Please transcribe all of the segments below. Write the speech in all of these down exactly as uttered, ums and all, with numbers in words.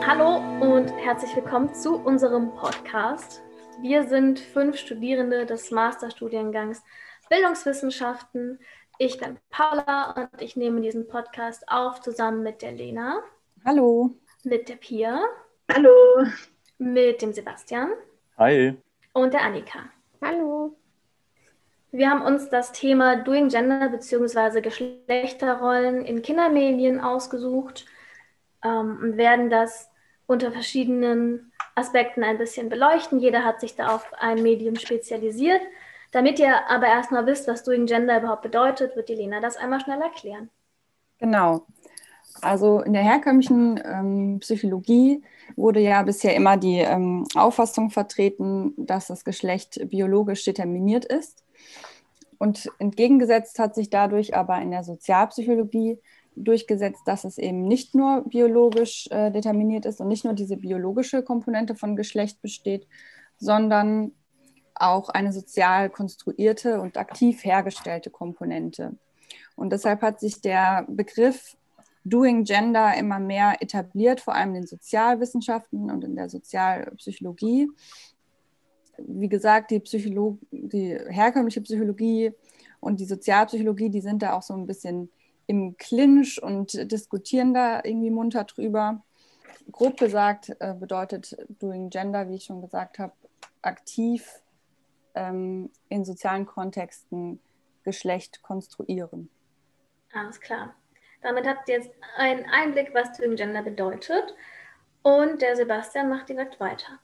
Hallo und herzlich willkommen zu unserem Podcast. Wir sind fünf Studierende des Masterstudiengangs Bildungswissenschaften. Ich bin Paula und ich nehme diesen Podcast auf zusammen mit der Lena. Hallo. Mit der Pia. Hallo. Mit dem Sebastian. Hi. Und der Annika. Hallo. Wir haben uns das Thema Doing Gender bzw. Geschlechterrollen in Kindermedien ausgesucht ähm, und werden das unter verschiedenen Aspekten ein bisschen beleuchten. Jeder hat sich da auf ein Medium spezialisiert. Damit ihr aber erstmal wisst, was Doing Gender überhaupt bedeutet, wird die Lena das einmal schnell erklären. Genau. Also in der herkömmlichen ähm, Psychologie wurde ja bisher immer die ähm, Auffassung vertreten, dass das Geschlecht biologisch determiniert ist. Und entgegengesetzt hat sich dadurch aber in der Sozialpsychologie durchgesetzt, dass es eben nicht nur biologisch äh, determiniert ist und nicht nur diese biologische Komponente von Geschlecht besteht, sondern auch eine sozial konstruierte und aktiv hergestellte Komponente. Und deshalb hat sich der Begriff Doing Gender immer mehr etabliert, vor allem in den Sozialwissenschaften und in der Sozialpsychologie. Wie gesagt, die, Psycholo- die herkömmliche Psychologie und die Sozialpsychologie, die sind da auch so ein bisschen im Clinch und diskutieren da irgendwie munter drüber. Grob gesagt äh, bedeutet Doing Gender, wie ich schon gesagt habe, aktiv ähm, in sozialen Kontexten Geschlecht konstruieren. Alles klar. Damit habt ihr jetzt einen Einblick, was Doing Gender bedeutet. Und der Sebastian macht direkt weiter.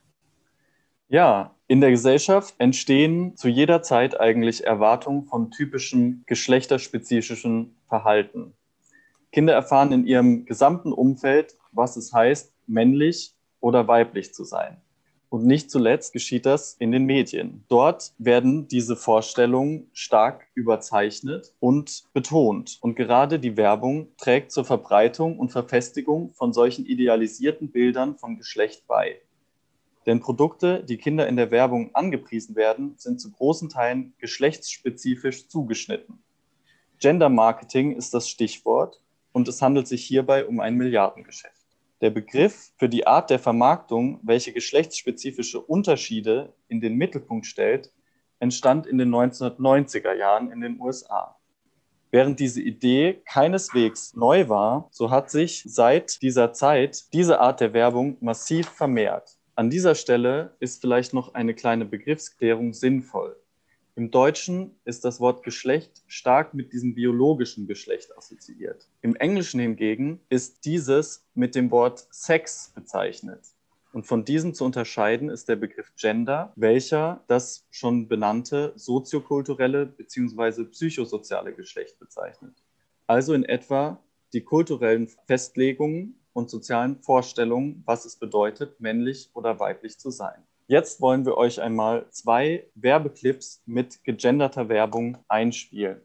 Ja, in der Gesellschaft entstehen zu jeder Zeit eigentlich Erwartungen von typischem geschlechterspezifischen Verhalten. Kinder erfahren in ihrem gesamten Umfeld, was es heißt, männlich oder weiblich zu sein. Und nicht zuletzt geschieht das in den Medien. Dort werden diese Vorstellungen stark überzeichnet und betont. Und gerade die Werbung trägt zur Verbreitung und Verfestigung von solchen idealisierten Bildern von Geschlecht bei. Denn Produkte, die Kinder in der Werbung angepriesen werden, sind zu großen Teilen geschlechtsspezifisch zugeschnitten. Gender Marketing ist das Stichwort und es handelt sich hierbei um ein Milliardengeschäft. Der Begriff für die Art der Vermarktung, welche geschlechtsspezifische Unterschiede in den Mittelpunkt stellt, entstand in den neunzehnhundertneunziger Jahren in den U S A. Während diese Idee keineswegs neu war, so hat sich seit dieser Zeit diese Art der Werbung massiv vermehrt. An dieser Stelle ist vielleicht noch eine kleine Begriffsklärung sinnvoll. Im Deutschen ist das Wort Geschlecht stark mit diesem biologischen Geschlecht assoziiert. Im Englischen hingegen ist dieses mit dem Wort Sex bezeichnet. Und von diesem zu unterscheiden ist der Begriff Gender, welcher das schon benannte soziokulturelle bzw. psychosoziale Geschlecht bezeichnet. Also in etwa die kulturellen Festlegungen und sozialen Vorstellungen, was es bedeutet, männlich oder weiblich zu sein. Jetzt wollen wir euch einmal zwei Werbeclips mit gegenderter Werbung einspielen.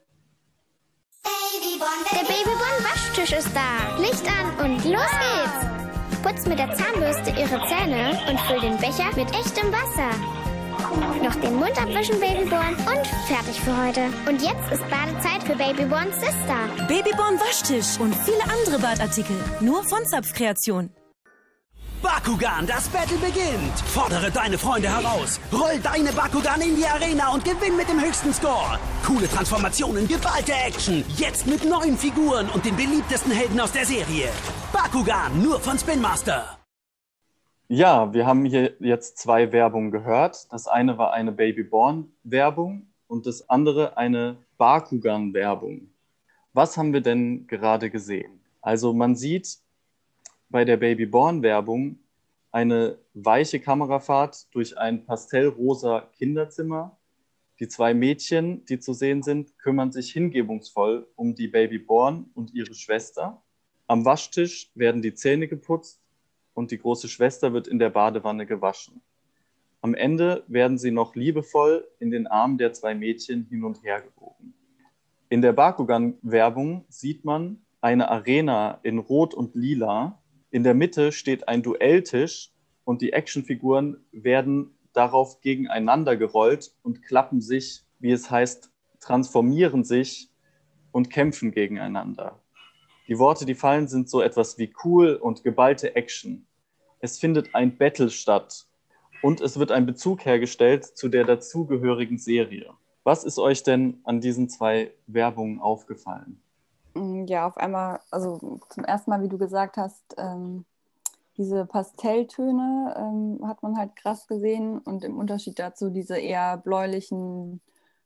Der Babyborn Waschtisch ist da. Licht an und los geht's. Putz mit der Zahnbürste ihre Zähne und füll den Becher mit echtem Wasser. Noch den Mund abwischen, Babyborn, und fertig für heute. Und jetzt ist Badezeit für Babyborns Sister. Babyborn Waschtisch und viele andere Badartikel. Nur von Zapf Kreation. Bakugan, das Battle beginnt! Fordere deine Freunde heraus, roll deine Bakugan in die Arena und gewinn mit dem höchsten Score! Coole Transformationen, geballte Action, jetzt mit neuen Figuren und den beliebtesten Helden aus der Serie. Bakugan, nur von Spin Master. Ja, wir haben hier jetzt zwei Werbungen gehört. Das eine war eine Babyborn-Werbung und das andere eine Bakugan-Werbung. Was haben wir denn gerade gesehen? Also man sieht bei der Babyborn-Werbung eine weiche Kamerafahrt durch ein pastellrosa Kinderzimmer. Die zwei Mädchen, die zu sehen sind, kümmern sich hingebungsvoll um die Babyborn und ihre Schwester. Am Waschtisch werden die Zähne geputzt und die große Schwester wird in der Badewanne gewaschen. Am Ende werden sie noch liebevoll in den Armen der zwei Mädchen hin und her gebogen. In der Bakugan-Werbung sieht man eine Arena in Rot und Lila. In der Mitte steht ein Duelltisch und die Actionfiguren werden darauf gegeneinander gerollt und klappen sich, wie es heißt, transformieren sich und kämpfen gegeneinander. Die Worte, die fallen, sind so etwas wie cool und geballte Action. Es findet ein Battle statt und es wird ein Bezug hergestellt zu der dazugehörigen Serie. Was ist euch denn an diesen zwei Werbungen aufgefallen? Ja, auf einmal, also zum ersten Mal, wie du gesagt hast, ähm, diese Pastelltöne ähm, hat man halt krass gesehen und im Unterschied dazu diese eher bläulichen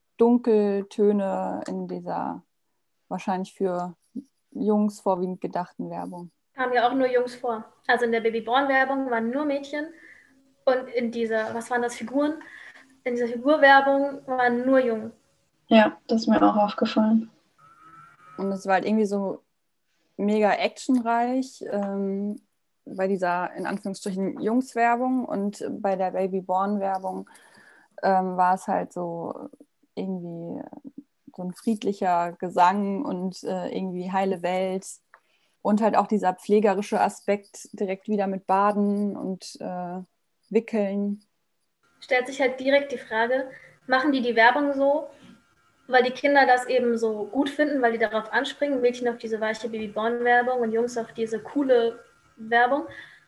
Dunkeltöne in dieser wahrscheinlich für Jungs vorwiegend gedachten Werbung. Kamen ja auch nur Jungs vor. Also in der Babyborn-Werbung waren nur Mädchen und in dieser, was waren das, Figuren? In dieser Figurwerbung waren nur Jungen. Ja, das ist mir auch aufgefallen. Und es war halt irgendwie so mega actionreich ähm, bei dieser, in Anführungsstrichen, Jungswerbung, und bei der Babyborn-Werbung ähm, war es halt so irgendwie so ein friedlicher Gesang und äh, irgendwie heile Welt und halt auch dieser pflegerische Aspekt direkt wieder mit Baden und äh, Wickeln. Stellt sich halt direkt die Frage, machen die die Werbung so, weil die Kinder das eben so gut finden, weil die darauf anspringen, Mädchen auf diese weiche Babyborn-Werbung und Jungs auf diese coole Werbung?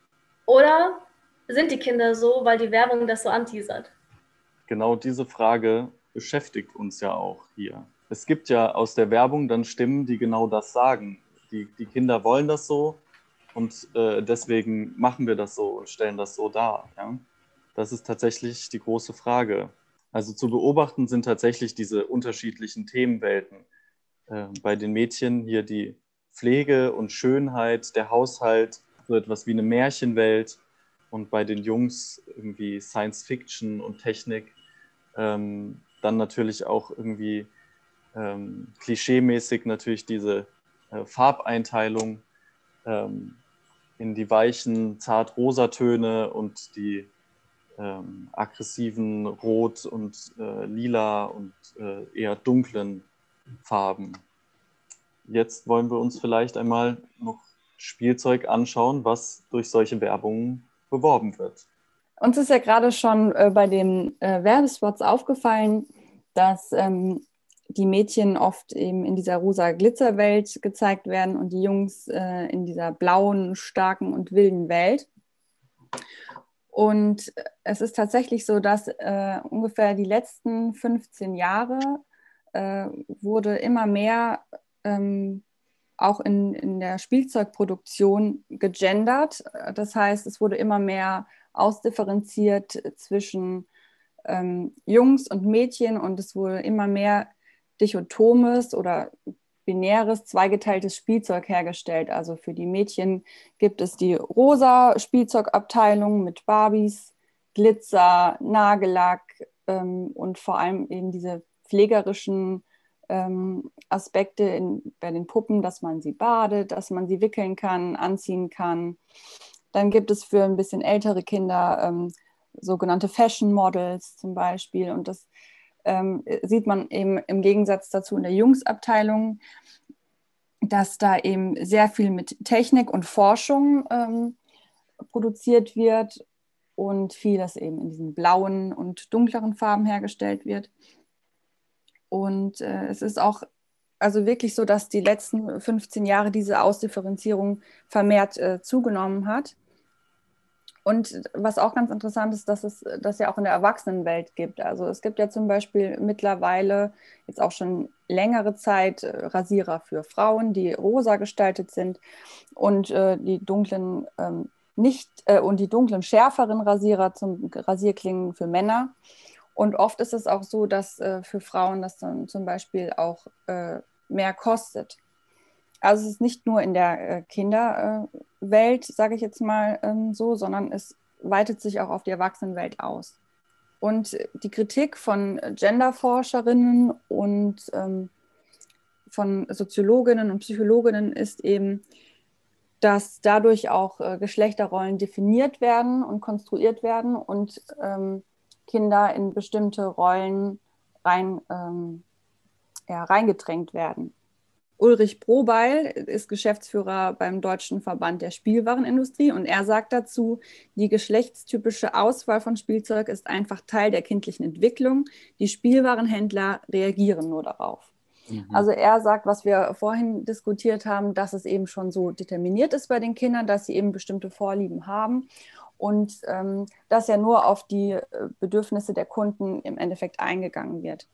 Oder sind die Kinder so, weil die Werbung das so anteasert? Genau diese Frage beschäftigt uns ja auch hier. Es gibt ja aus der Werbung dann Stimmen, die genau das sagen. Die, die Kinder wollen das so und äh, deswegen machen wir das so und stellen das so dar. Ja? Das ist tatsächlich die große Frage. Also zu beobachten sind tatsächlich diese unterschiedlichen Themenwelten. Äh, bei den Mädchen hier die Pflege und Schönheit, der Haushalt, so etwas wie eine Märchenwelt, und bei den Jungs irgendwie Science Fiction und Technik. Ähm, dann natürlich auch irgendwie ähm, klischeemäßig natürlich diese äh, Farbeinteilung ähm, in die weichen, zart-rosa-Töne und die ähm, aggressiven Rot- und äh, Lila und äh, eher dunklen Farben. Jetzt wollen wir uns vielleicht einmal noch Spielzeug anschauen, was durch solche Werbungen beworben wird. Uns ist ja gerade schon äh, bei den äh, Werbespots aufgefallen, dass ähm, die Mädchen oft eben in dieser rosa Glitzerwelt gezeigt werden und die Jungs äh, in dieser blauen, starken und wilden Welt. Und es ist tatsächlich so, dass äh, ungefähr die letzten fünfzehn Jahre äh, wurde immer mehr ähm, auch in, in der Spielzeugproduktion gegendert. Das heißt, es wurde immer mehr ausdifferenziert zwischen ähm, Jungs und Mädchen und es wurde immer mehr dichotomes oder binäres, zweigeteiltes Spielzeug hergestellt. Also für die Mädchen gibt es die rosa Spielzeugabteilung mit Barbies, Glitzer, Nagellack ähm, und vor allem eben diese pflegerischen ähm, Aspekte in, bei den Puppen, dass man sie badet, dass man sie wickeln kann, anziehen kann. Dann gibt es für ein bisschen ältere Kinder ähm, sogenannte Fashion Models zum Beispiel. Und das ähm, sieht man eben im Gegensatz dazu in der Jungsabteilung, dass da eben sehr viel mit Technik und Forschung ähm, produziert wird und vieles eben in diesen blauen und dunkleren Farben hergestellt wird. Und äh, es ist auch also wirklich so, dass die letzten fünfzehn Jahre diese Ausdifferenzierung vermehrt äh, zugenommen hat. Und was auch ganz interessant ist, dass es das ja auch in der Erwachsenenwelt gibt. Also es gibt ja zum Beispiel mittlerweile jetzt auch schon längere Zeit äh, Rasierer für Frauen, die rosa gestaltet sind und äh, die dunklen ähm, nicht äh, und die dunklen schärferen Rasierer zum Rasierklingen für Männer. Und oft ist es auch so, dass äh, für Frauen das dann zum Beispiel auch äh, mehr kostet. Also es ist nicht nur in der äh, Kinderwelt, äh, sage ich jetzt mal ähm, so, sondern es weitet sich auch auf die Erwachsenenwelt aus. Und die Kritik von Genderforscherinnen und ähm, von Soziologinnen und Psychologinnen ist eben, dass dadurch auch äh, Geschlechterrollen definiert werden und konstruiert werden und ähm, Kinder in bestimmte Rollen rein, ähm, ja, reingedrängt werden. Ulrich Brobeil ist Geschäftsführer beim Deutschen Verband der Spielwarenindustrie und er sagt dazu, die geschlechtstypische Auswahl von Spielzeug ist einfach Teil der kindlichen Entwicklung. Die Spielwarenhändler reagieren nur darauf. Mhm. Also er sagt, was wir vorhin diskutiert haben, dass es eben schon so determiniert ist bei den Kindern, dass sie eben bestimmte Vorlieben haben und ähm, dass ja nur auf die Bedürfnisse der Kunden im Endeffekt eingegangen wird.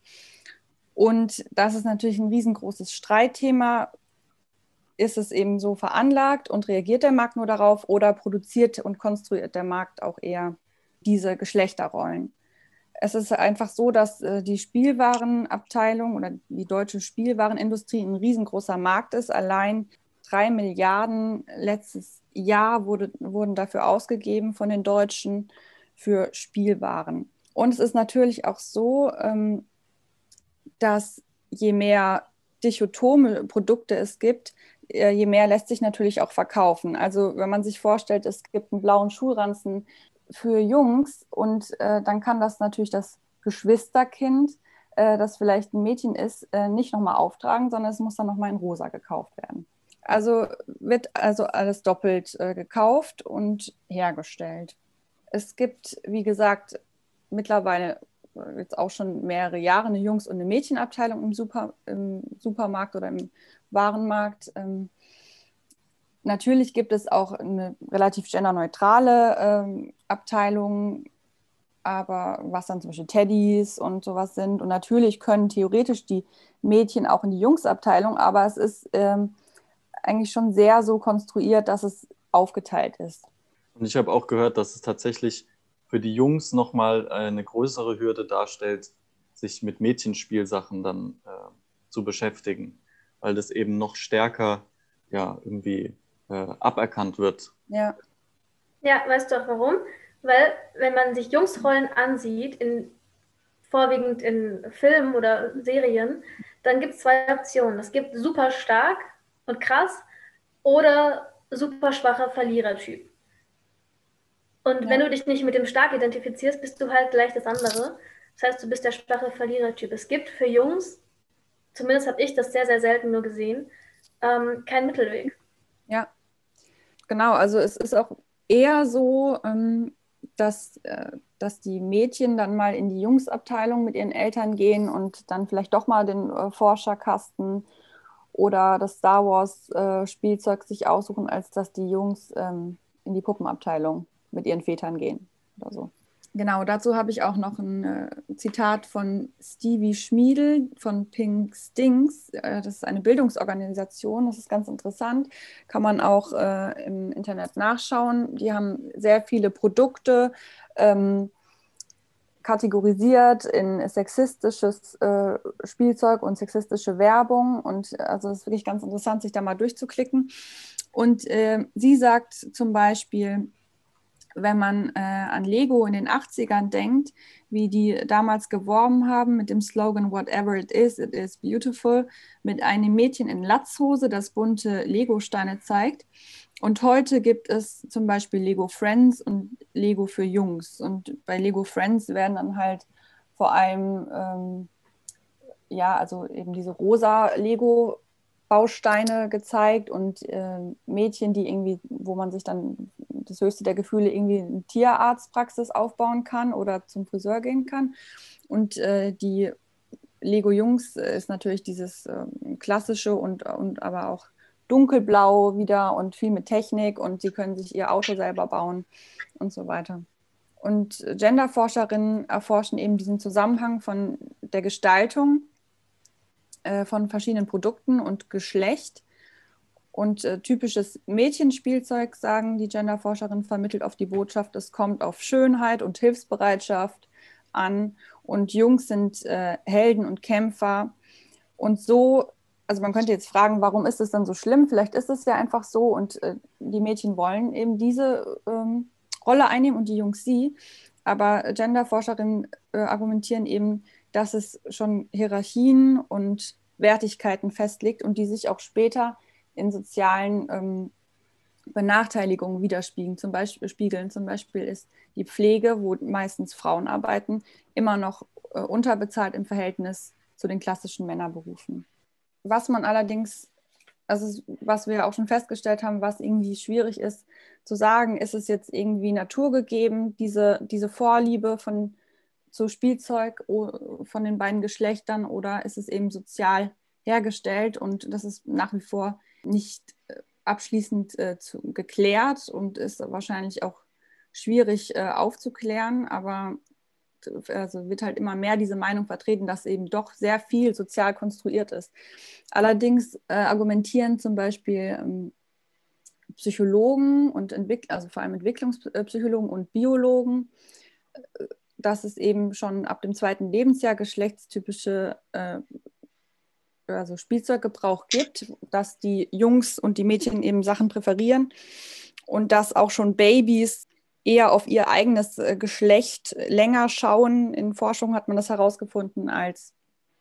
Und das ist natürlich ein riesengroßes Streitthema. Ist es eben so veranlagt und reagiert der Markt nur darauf oder produziert und konstruiert der Markt auch eher diese Geschlechterrollen? Es ist einfach so, dass äh, die Spielwarenabteilung oder die deutsche Spielwarenindustrie ein riesengroßer Markt ist. Allein drei Milliarden letztes Jahr wurde, wurden dafür ausgegeben von den Deutschen für Spielwaren. Und es ist natürlich auch so, ähm, dass je mehr dichotome Produkte es gibt, je mehr lässt sich natürlich auch verkaufen. Also wenn man sich vorstellt, es gibt einen blauen Schulranzen für Jungs und äh, dann kann das natürlich das Geschwisterkind, äh, das vielleicht ein Mädchen ist, äh, nicht nochmal auftragen, sondern es muss dann nochmal in rosa gekauft werden. Also wird also alles doppelt äh, gekauft und hergestellt. Es gibt, wie gesagt, mittlerweile jetzt auch schon mehrere Jahre eine Jungs- und eine Mädchenabteilung im, Super, im Supermarkt oder im Warenmarkt. Ähm, natürlich gibt es auch eine relativ genderneutrale ähm, Abteilung, aber was dann zum Beispiel Teddys und sowas sind. Und natürlich können theoretisch die Mädchen auch in die Jungsabteilung, aber es ist ähm, eigentlich schon sehr so konstruiert, dass es aufgeteilt ist. Und ich habe auch gehört, dass es tatsächlich für die Jungs nochmal eine größere Hürde darstellt, sich mit Mädchenspielsachen dann äh, zu beschäftigen, weil das eben noch stärker ja, irgendwie äh, aberkannt wird. Ja. Ja, weißt du auch warum? Weil wenn man sich Jungsrollen ansieht, in, vorwiegend in Filmen oder Serien, dann gibt es zwei Optionen. Es gibt super stark und krass oder super schwacher Verlierertyp. Und ja. wenn du dich nicht mit dem stark identifizierst, bist du halt gleich das andere. Das heißt, du bist der schwache Verlierertyp. Es gibt für Jungs, zumindest habe ich das sehr, sehr selten nur gesehen, ähm, keinen Mittelweg. Ja, genau. Also es ist auch eher so, ähm, dass, äh, dass die Mädchen dann mal in die Jungsabteilung mit ihren Eltern gehen und dann vielleicht doch mal den äh, Forscherkasten oder das Star Wars äh, Spielzeug sich aussuchen, als dass die Jungs ähm, in die Puppenabteilung mit ihren Vätern gehen oder so. Genau, dazu habe ich auch noch ein äh, Zitat von Stevie Schmiedel von Pink Stings. Äh, das ist eine Bildungsorganisation, das ist ganz interessant, kann man auch äh, im Internet nachschauen. Die haben sehr viele Produkte ähm, kategorisiert in sexistisches äh, Spielzeug und sexistische Werbung. Und also es ist wirklich ganz interessant, sich da mal durchzuklicken. Und äh, sie sagt zum Beispiel, wenn man äh, an Lego in den achtzigern denkt, wie die damals geworben haben mit dem Slogan Whatever it is, it is beautiful, mit einem Mädchen in Latzhose, das bunte Lego-Steine zeigt. Und heute gibt es zum Beispiel Lego Friends und Lego für Jungs. Und bei Lego Friends werden dann halt vor allem, ähm, ja, also eben diese rosa Lego Bausteine gezeigt und äh, Mädchen, die irgendwie, wo man sich dann das höchste der Gefühle irgendwie eine Tierarztpraxis aufbauen kann oder zum Friseur gehen kann. Und äh, die Lego Jungs ist natürlich dieses äh, klassische und, und aber auch dunkelblau wieder und viel mit Technik und sie können sich ihr Auto selber bauen und so weiter. Und Genderforscherinnen erforschen eben diesen Zusammenhang von der Gestaltung von verschiedenen Produkten und Geschlecht. Und äh, typisches Mädchenspielzeug, sagen die Genderforscherinnen, vermittelt oft die Botschaft, es kommt auf Schönheit und Hilfsbereitschaft an. Und Jungs sind äh, Helden und Kämpfer. Und so, also man könnte jetzt fragen, warum ist es dann so schlimm? Vielleicht ist es ja einfach so und äh, die Mädchen wollen eben diese ähm, Rolle einnehmen und die Jungs sie. Aber Genderforscherinnen äh, argumentieren eben, dass es schon Hierarchien und Wertigkeiten festlegt und die sich auch später in sozialen ähm, Benachteiligungen widerspiegeln. Zum Beispiel, spiegeln. Zum Beispiel ist die Pflege, wo meistens Frauen arbeiten, immer noch äh, unterbezahlt im Verhältnis zu den klassischen Männerberufen. Was man allerdings, also was wir auch schon festgestellt haben, was irgendwie schwierig ist zu sagen, ist es jetzt irgendwie naturgegeben, diese, diese Vorliebe von zu Spielzeug von den beiden Geschlechtern oder ist es eben sozial hergestellt und das ist nach wie vor nicht äh, abschließend äh, zu, geklärt und ist wahrscheinlich auch schwierig äh, aufzuklären, aber also wird halt immer mehr diese Meinung vertreten, dass eben doch sehr viel sozial konstruiert ist. Allerdings äh, argumentieren zum Beispiel ähm, Psychologen und Entwick- also vor allem Entwicklungspsychologen und Biologen, äh, dass es eben schon ab dem zweiten Lebensjahr geschlechtstypische äh, also Spielzeuggebrauch gibt, dass die Jungs und die Mädchen eben Sachen präferieren und dass auch schon Babys eher auf ihr eigenes äh, Geschlecht länger schauen. In Forschung hat man das herausgefunden, als,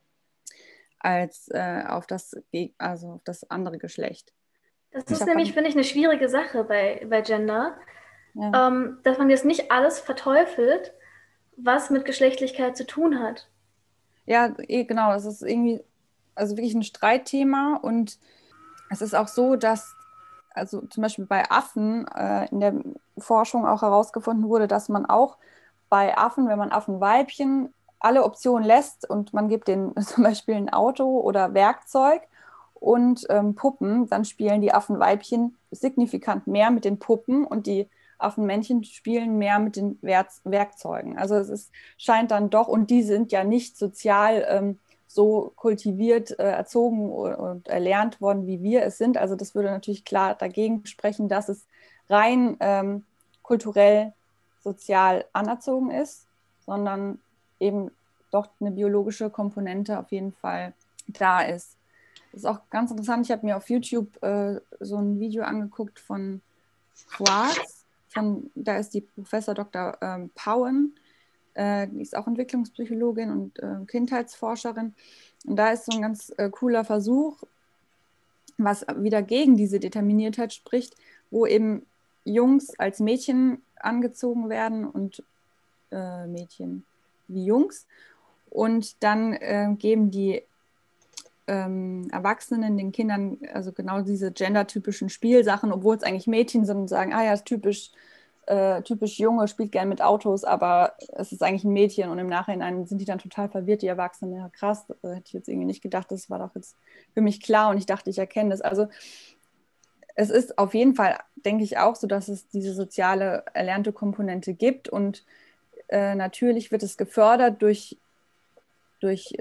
als äh, auf, das, also auf das andere Geschlecht. Das ist nämlich, finde ich, eine schwierige Sache bei, bei Gender, ja. ähm, dass man jetzt nicht alles verteufelt, was mit Geschlechtlichkeit zu tun hat. Ja, eh, genau. Das ist irgendwie also wirklich ein Streitthema und es ist auch so, dass also zum Beispiel bei Affen äh, in der Forschung auch herausgefunden wurde, dass man auch bei Affen, wenn man Affenweibchen alle Optionen lässt und man gibt denen zum Beispiel ein Auto oder Werkzeug und ähm, Puppen, dann spielen die Affenweibchen signifikant mehr mit den Puppen und die Affenmännchen spielen mehr mit den Werk- Werkzeugen. Also es ist, scheint dann doch, und die sind ja nicht sozial ähm, so kultiviert, äh, erzogen und erlernt worden, wie wir es sind. Also das würde natürlich klar dagegen sprechen, dass es rein ähm, kulturell, sozial anerzogen ist, sondern eben doch eine biologische Komponente auf jeden Fall da ist. Das ist auch ganz interessant. Ich habe mir auf YouTube äh, so ein Video angeguckt von Quartz. Von, da ist die Professor Doktor Ähm, Pauen. Äh, die ist auch Entwicklungspsychologin und äh, Kindheitsforscherin. Und da ist so ein ganz äh, cooler Versuch, was wieder gegen diese Determiniertheit spricht, wo eben Jungs als Mädchen angezogen werden und äh, Mädchen wie Jungs. Und dann äh, geben die ähm, Erwachsenen den Kindern also genau diese gendertypischen Spielsachen, obwohl es eigentlich Mädchen sind und sagen, ah ja, ist typisch, äh, typisch Junge, spielt gern mit Autos, aber es ist eigentlich ein Mädchen und im Nachhinein sind die dann total verwirrt, die Erwachsenen. Ja, krass, das hätte ich jetzt irgendwie nicht gedacht, das war doch jetzt für mich klar und ich dachte, ich erkenne das. Also es ist auf jeden Fall, denke ich auch so, dass es diese soziale erlernte Komponente gibt und äh, natürlich wird es gefördert durch, durch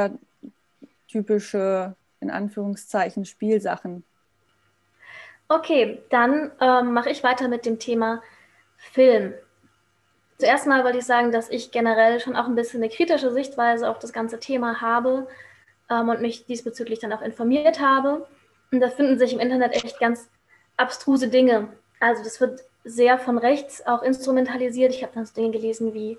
gendertypische, in Anführungszeichen, Spielsachen. Okay, dann ähm, mache ich weiter mit dem Thema Film. Zuerst mal wollte ich sagen, dass ich generell schon auch ein bisschen eine kritische Sichtweise auf das ganze Thema habe ähm, und mich diesbezüglich dann auch informiert habe. Und da finden sich im Internet echt ganz abstruse Dinge. Also das wird sehr von rechts auch instrumentalisiert. Ich habe dann so Dinge gelesen wie,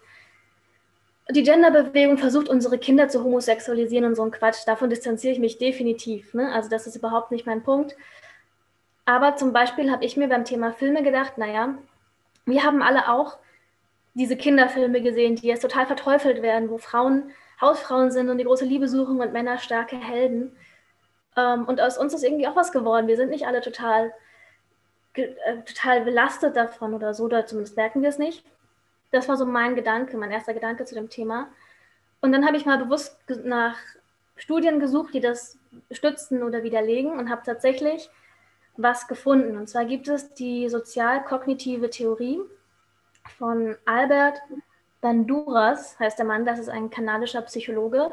die Genderbewegung versucht, unsere Kinder zu homosexualisieren und so ein Quatsch. Davon distanziere ich mich definitiv. Ne? Also das ist überhaupt nicht mein Punkt. Aber zum Beispiel habe ich mir beim Thema Filme gedacht, naja, wir haben alle auch diese Kinderfilme gesehen, die jetzt total verteufelt werden, wo Frauen Hausfrauen sind und die große Liebe suchen und Männer starke Helden. Ähm, und aus uns ist irgendwie auch was geworden. Wir sind nicht alle total, äh, total belastet davon oder so, oder zumindest merken wir es nicht. Das war so mein Gedanke, mein erster Gedanke zu dem Thema. Und dann habe ich mal bewusst nach Studien gesucht, die das stützen oder widerlegen und habe tatsächlich was gefunden. Und zwar gibt es die sozial-kognitive Theorie von Albert Bandura, heißt der Mann, das ist ein kanadischer Psychologe.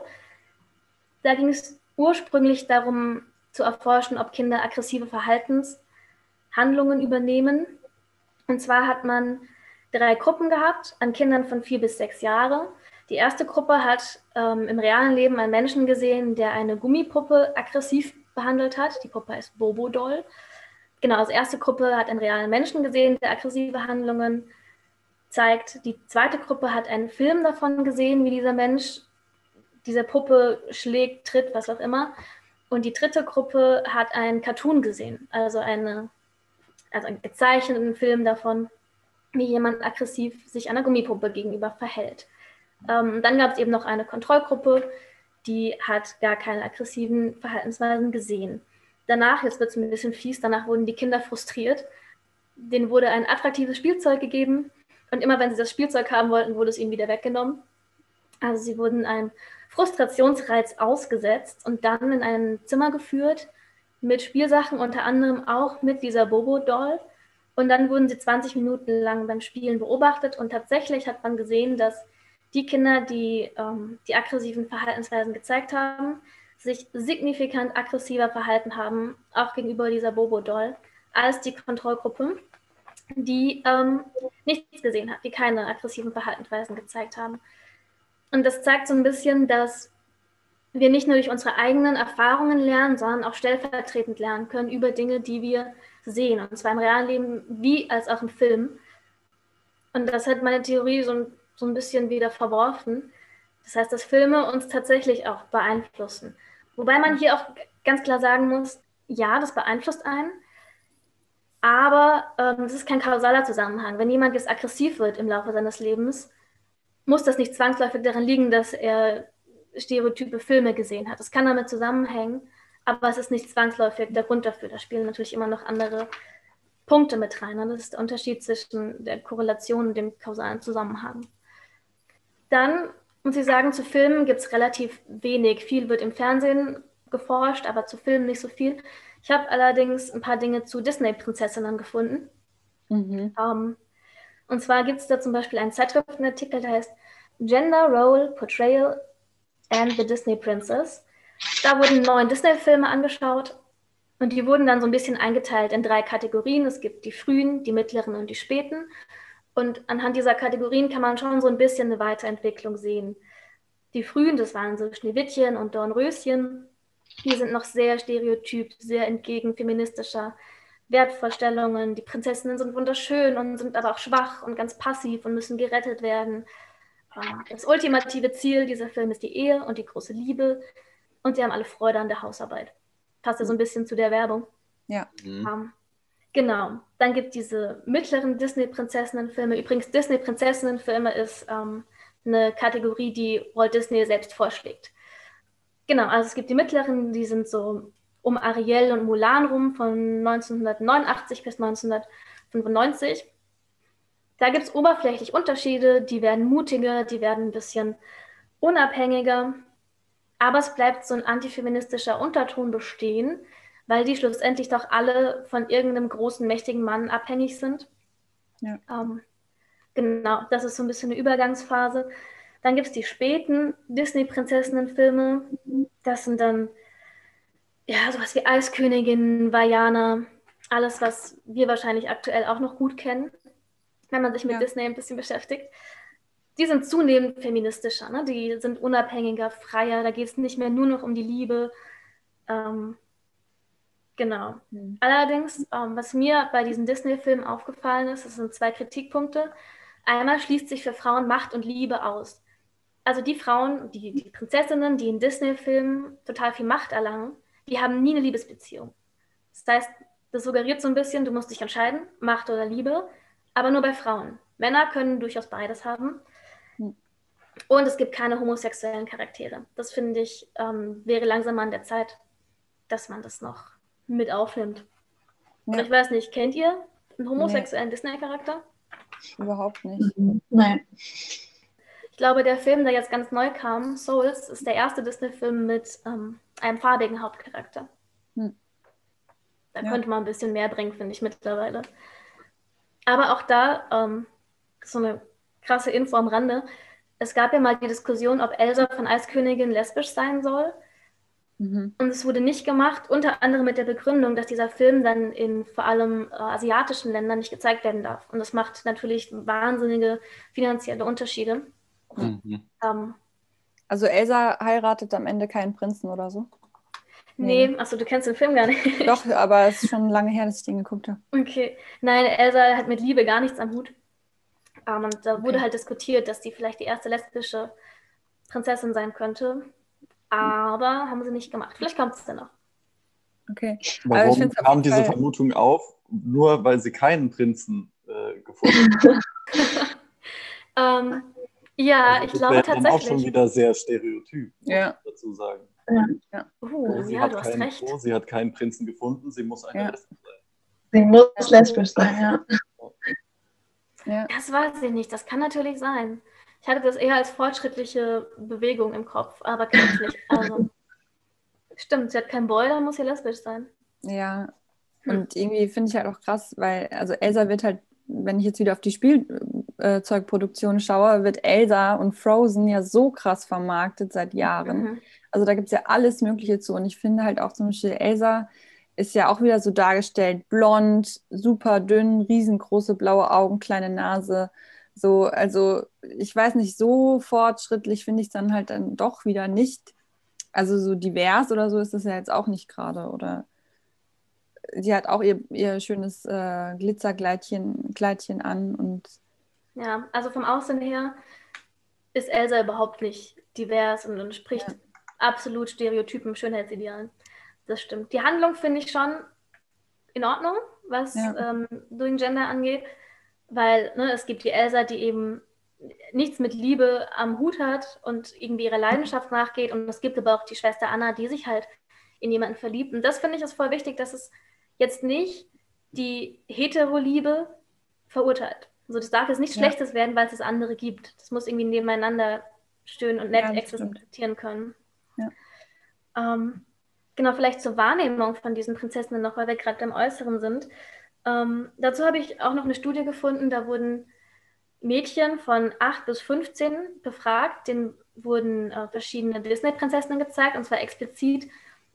Da ging es ursprünglich darum zu erforschen, ob Kinder aggressive Verhaltenshandlungen übernehmen. Und zwar hat man drei Gruppen gehabt an Kindern von vier bis sechs Jahre. Die erste Gruppe hat ähm, im realen Leben einen Menschen gesehen, der eine Gummipuppe aggressiv behandelt hat. Die Puppe heißt Bobo-Doll. Genau, also die erste Gruppe hat einen realen Menschen gesehen, der aggressive Handlungen zeigt. Die zweite Gruppe hat einen Film davon gesehen, wie dieser Mensch diese Puppe schlägt, tritt, was auch immer. Und die dritte Gruppe hat einen Cartoon gesehen, also, eine, also einen gezeichneten Film davon, wie jemand aggressiv sich einer Gummipuppe gegenüber verhält. Ähm, dann gab es eben noch eine Kontrollgruppe, die hat gar keine aggressiven Verhaltensweisen gesehen. Danach, jetzt wird es ein bisschen fies, danach wurden die Kinder frustriert. Denen wurde ein attraktives Spielzeug gegeben und immer wenn sie das Spielzeug haben wollten, wurde es ihnen wieder weggenommen. Also sie wurden ein Frustrationsreiz ausgesetzt und dann in ein Zimmer geführt mit Spielsachen, unter anderem auch mit dieser Bobo-Doll. Und dann wurden sie zwanzig Minuten lang beim Spielen beobachtet und tatsächlich hat man gesehen, dass die Kinder, die ähm, die aggressiven Verhaltensweisen gezeigt haben, sich signifikant aggressiver verhalten haben, auch gegenüber dieser Bobo-Doll, als die Kontrollgruppe, die ähm, nichts gesehen hat, die keine aggressiven Verhaltensweisen gezeigt haben. Und das zeigt so ein bisschen, dass wir nicht nur durch unsere eigenen Erfahrungen lernen, sondern auch stellvertretend lernen können über Dinge, die wir sehen. Und zwar im realen Leben wie als auch im Film. Und das hat meine Theorie so ein, so ein bisschen wieder verworfen. Das heißt, dass Filme uns tatsächlich auch beeinflussen. Wobei man hier auch ganz klar sagen muss, ja, das beeinflusst einen, aber ähm, das ist kein kausaler Zusammenhang. Wenn jemand jetzt aggressiv wird im Laufe seines Lebens, muss das nicht zwangsläufig daran liegen, dass er stereotype Filme gesehen hat. Das kann damit zusammenhängen, aber es ist nicht zwangsläufig der Grund dafür. Da spielen natürlich immer noch andere Punkte mit rein. Das ist der Unterschied zwischen der Korrelation und dem kausalen Zusammenhang. Dann muss ich sagen, zu Filmen gibt es relativ wenig. Viel wird im Fernsehen geforscht, aber zu Filmen nicht so viel. Ich habe allerdings ein paar Dinge zu Disney-Prinzessinnen gefunden. Mhm. Um, Und zwar gibt es da zum Beispiel einen Zeitschriftenartikel, der heißt Gender Role Portrayal and the Disney Princess. Da wurden neun Disney-Filme angeschaut und die wurden dann so ein bisschen eingeteilt in drei Kategorien. Es gibt die frühen, die mittleren und die späten. Und anhand dieser Kategorien kann man schon so ein bisschen eine Weiterentwicklung sehen. Die frühen, das waren so Schneewittchen und Dornröschen, die sind noch sehr stereotyp, sehr entgegen feministischer Wertvorstellungen. Die Prinzessinnen sind wunderschön und sind aber auch schwach und ganz passiv und müssen gerettet werden. Das ultimative Ziel dieser Film ist die Ehe und die große Liebe und sie haben alle Freude an der Hausarbeit. Passt ja so ein bisschen zu der Werbung. Ja. Mhm. Um, genau. Dann gibt es diese mittleren Disney-Prinzessinnen-Filme. Übrigens, Disney-Prinzessinnen-Filme ist um, eine Kategorie, die Walt Disney selbst vorschlägt. Genau, also es gibt die mittleren, die sind so um Ariel und Mulan rum von neunzehnhundertneunundachtzig bis neunzehnhundertfünfundneunzig. Da gibt es oberflächlich Unterschiede, die werden mutiger, die werden ein bisschen unabhängiger, aber es bleibt so ein antifeministischer Unterton bestehen, weil die schlussendlich doch alle von irgendeinem großen, mächtigen Mann abhängig sind. Ja. Ähm, genau, das ist so ein bisschen eine Übergangsphase. Dann gibt es die späten Disney-Prinzessinnen-Filme, das sind dann ja, sowas wie Eiskönigin, Vajana, alles, was wir wahrscheinlich aktuell auch noch gut kennen, wenn man sich mit ja. Disney ein bisschen beschäftigt. Die sind zunehmend feministischer, ne? Die sind unabhängiger, freier, da geht es nicht mehr nur noch um die Liebe. Ähm, genau. Mhm. Allerdings, ähm, was mir bei diesen Disney-Filmen aufgefallen ist, das sind zwei Kritikpunkte. Einmal schließt sich für Frauen Macht und Liebe aus. Also die Frauen, die, die Prinzessinnen, die in Disney-Filmen total viel Macht erlangen, die haben nie eine Liebesbeziehung. Das heißt, das suggeriert so ein bisschen, du musst dich entscheiden, Macht oder Liebe, aber nur bei Frauen. Männer können durchaus beides haben. Und es gibt keine homosexuellen Charaktere. Das finde ich, ähm, wäre langsam an der Zeit, dass man das noch mit aufnimmt. Ja. Ich weiß nicht, kennt ihr einen homosexuellen nee. Disney-Charakter? Überhaupt nicht. Nein. Ich glaube, der Film, der jetzt ganz neu kam, Souls, ist der erste Disney-Film mit ähm, einem farbigen Hauptcharakter. Hm. Da ja. könnte man ein bisschen mehr bringen, finde ich mittlerweile. Aber auch da, ähm, so eine krasse Info am Rande, es gab ja mal die Diskussion, ob Elsa von Eiskönigin lesbisch sein soll. Mhm. Und es wurde nicht gemacht, unter anderem mit der Begründung, dass dieser Film dann in vor allem äh, asiatischen Ländern nicht gezeigt werden darf. Und das macht natürlich wahnsinnige finanzielle Unterschiede. Mhm. Ähm, also Elsa heiratet am Ende keinen Prinzen oder so? Nee, nee. Achso, du kennst den Film gar nicht. Doch, aber es ist schon lange her, dass ich den geguckt habe. Okay. Nein, Elsa hat mit Liebe gar nichts am Hut. Um, und da okay. wurde halt diskutiert, dass die vielleicht die erste lesbische Prinzessin sein könnte. Aber haben sie nicht gemacht. Vielleicht kommt es dann noch. Okay. Warum also kam diese Fall... Vermutung auf? Nur weil sie keinen Prinzen äh, gefunden haben? um, ja, also ich glaube tatsächlich. Das ist auch schon wieder sehr stereotyp, muss ja. ich dazu sagen. Ja, uh, sie ja hat du hast keinen, recht. Oh, sie hat keinen Prinzen gefunden, sie muss eine ja. Lesbe sein. Sie muss lesbisch sein, ja. Ja. Das weiß ich nicht, das kann natürlich sein. Ich Ich hatte das eher als fortschrittliche Bewegung im Kopf, aber kann ich nicht. Also, stimmt, sie hat keinen Boy, dann muss sie lesbisch sein. Ja, und irgendwie finde ich halt auch krass, weil, also Elsa wird halt, wenn ich jetzt wieder auf die Spielzeugproduktion schaue, wird Elsa und Frozen ja so krass vermarktet seit Jahren. Mhm. Also da gibt es ja alles Mögliche zu. Und ich finde halt auch zum Beispiel, Elsa ist ja auch wieder so dargestellt, blond, super dünn, riesengroße blaue Augen, kleine Nase. So, also ich weiß nicht, so fortschrittlich finde ich es dann halt dann doch wieder nicht. Also so divers oder so ist das ja jetzt auch nicht gerade, oder? Sie hat auch ihr, ihr schönes äh, Glitzerkleidchen Kleidchen an und Ja, also vom Aussehen her ist Elsa überhaupt nicht divers und entspricht Ja. absolut Stereotypen, Schönheitsidealen. Das stimmt. Die Handlung finde ich schon in Ordnung, was Ja. ähm, Doing Gender angeht, weil ne, es gibt die Elsa, die eben nichts mit Liebe am Hut hat und irgendwie ihrer Leidenschaft nachgeht, und es gibt aber auch die Schwester Anna, die sich halt in jemanden verliebt. Und das finde ich ist voll wichtig, dass es jetzt nicht die Hetero-Liebe verurteilt. Also das darf jetzt nichts Ja. Schlechtes werden, weil es das andere gibt. Das muss irgendwie nebeneinander stehen und nett Ja, das existieren können. Ja. Ähm, genau, vielleicht zur Wahrnehmung von diesen Prinzessinnen noch, weil wir gerade beim Äußeren sind. Ähm, dazu habe ich auch noch eine Studie gefunden, da wurden Mädchen von acht bis fünfzehn befragt, denen wurden äh, verschiedene Disney-Prinzessinnen gezeigt, und zwar explizit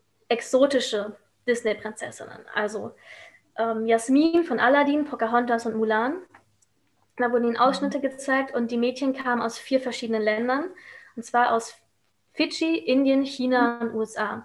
exotische Disney-Prinzessinnen. Also ähm, Jasmin von Aladdin, Pocahontas und Mulan. Da wurden ihnen Ausschnitte gezeigt, und die Mädchen kamen aus vier verschiedenen Ländern, und zwar aus Fidschi, Indien, China und U S A.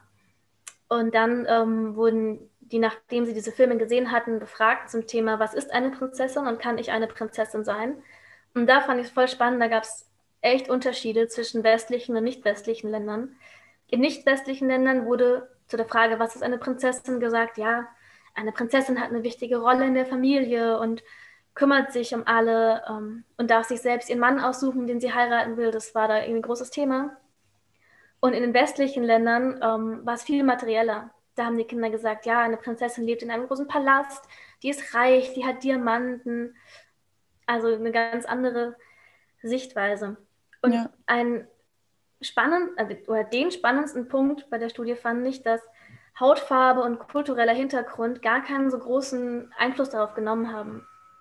Und dann ähm, wurden die, nachdem sie diese Filme gesehen hatten, befragt zum Thema, was ist eine Prinzessin und kann ich eine Prinzessin sein? Und da fand ich es voll spannend, da gab es echt Unterschiede zwischen westlichen und nicht westlichen Ländern. In nicht westlichen Ländern wurde zu der Frage, was ist eine Prinzessin, gesagt, ja, eine Prinzessin hat eine wichtige Rolle in der Familie und kümmert sich um alle ähm, und darf sich selbst ihren Mann aussuchen, den sie heiraten will. Das war da irgendwie ein großes Thema. Und in den westlichen Ländern ähm, war es viel materieller. Da haben die Kinder gesagt, ja, eine Prinzessin lebt in einem großen Palast, die ist reich, die hat Diamanten. Also eine ganz andere Sichtweise. Und Ja. ein spannend, also, oder den spannendsten Punkt bei der Studie fand ich, dass Hautfarbe und kultureller Hintergrund gar keinen so großen Einfluss darauf genommen haben,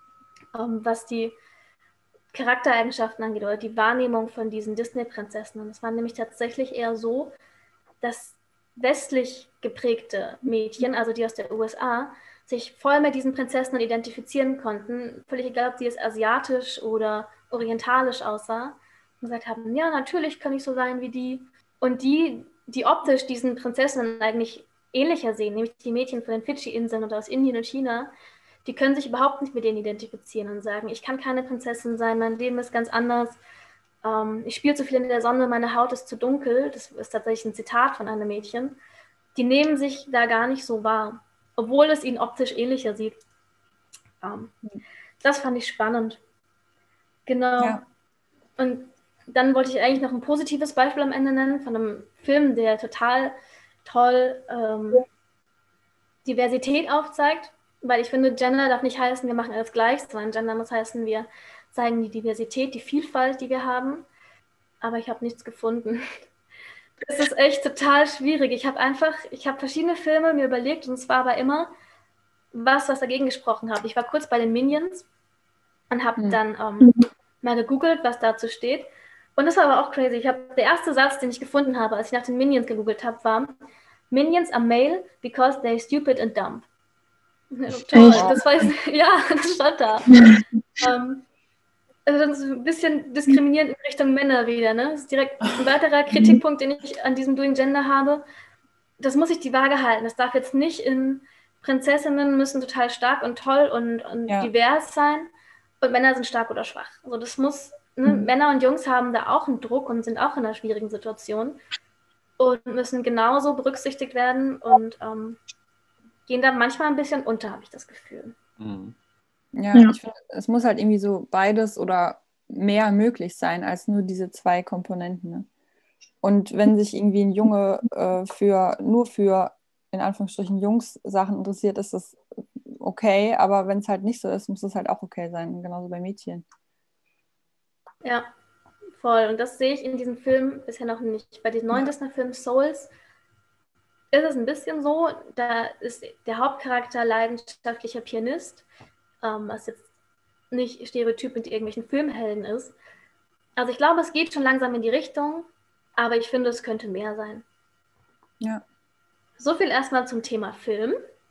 ähm, was die Charaktereigenschaften angeht oder die Wahrnehmung von diesen Disney-Prinzessinnen. Es war nämlich tatsächlich eher so, dass westlich geprägte Mädchen, also die aus der U S A, sich voll mit diesen Prinzessinnen identifizieren konnten, völlig egal, ob sie jetzt asiatisch oder orientalisch aussah, und gesagt haben, ja, natürlich kann ich so sein wie die. Und die, die optisch diesen Prinzessinnen eigentlich ähnlicher sehen, nämlich die Mädchen von den Fidschi-Inseln oder aus Indien und China, die können sich überhaupt nicht mit denen identifizieren und sagen, ich kann keine Prinzessin sein, mein Leben ist ganz anders, ähm, ich spiele zu viel in der Sonne, meine Haut ist zu dunkel. Das ist tatsächlich ein Zitat von einem Mädchen. Die nehmen sich da gar nicht so wahr, obwohl es ihnen optisch ähnlicher sieht. Ähm, das fand ich spannend. Genau. Ja. Und dann wollte ich eigentlich noch ein positives Beispiel am Ende nennen von einem Film, der total toll ähm, Diversität aufzeigt, weil ich finde, Gender darf nicht heißen, wir machen alles gleich, sondern Gender muss heißen, wir zeigen die Diversität, die Vielfalt, die wir haben. Aber ich habe nichts gefunden. Das ist echt total schwierig. Ich habe einfach, ich habe verschiedene Filme mir überlegt, und es war aber immer was, was dagegen gesprochen hat. Ich war kurz bei den Minions und habe Hm. dann ähm, mal gegoogelt, was dazu steht. Und das war aber auch crazy. Ich habe, der erste Satz, den ich gefunden habe, als ich nach den Minions gegoogelt habe, war: Minions are male because they're stupid and dumb. Toll, das war jetzt, ja, das stand da. ähm, also das ist ein bisschen diskriminierend in Richtung Männer wieder, ne? Das ist direkt ein weiterer Kritikpunkt, den ich an diesem Doing Gender habe. Das muss ich die Waage halten. Das darf jetzt nicht in Prinzessinnen müssen total stark und toll und, und Ja. divers sein, und Männer sind stark oder schwach. Also das muss, ne? Mhm. Männer und Jungs haben da auch einen Druck und sind auch in einer schwierigen Situation und müssen genauso berücksichtigt werden und ähm, gehen da manchmal ein bisschen unter, habe ich das Gefühl. Mhm. Ja, Ja. ich finde, es muss halt irgendwie so beides oder mehr möglich sein als nur diese zwei Komponenten. Ne? Und wenn sich irgendwie ein Junge äh, für nur für, in Anführungsstrichen, Jungs Sachen interessiert, ist das okay, aber wenn es halt nicht so ist, muss es halt auch okay sein. Genauso bei Mädchen. Ja, voll. Und das sehe ich in diesem Film bisher noch nicht. Bei diesem neuen Disney-Film Souls ist es ein bisschen so, da ist der Hauptcharakter leidenschaftlicher Pianist, ähm, was jetzt nicht Stereotyp mit irgendwelchen Filmhelden ist. Also ich glaube, es geht schon langsam in die Richtung, aber ich finde, es könnte mehr sein. Ja. So viel erstmal zum Thema Film.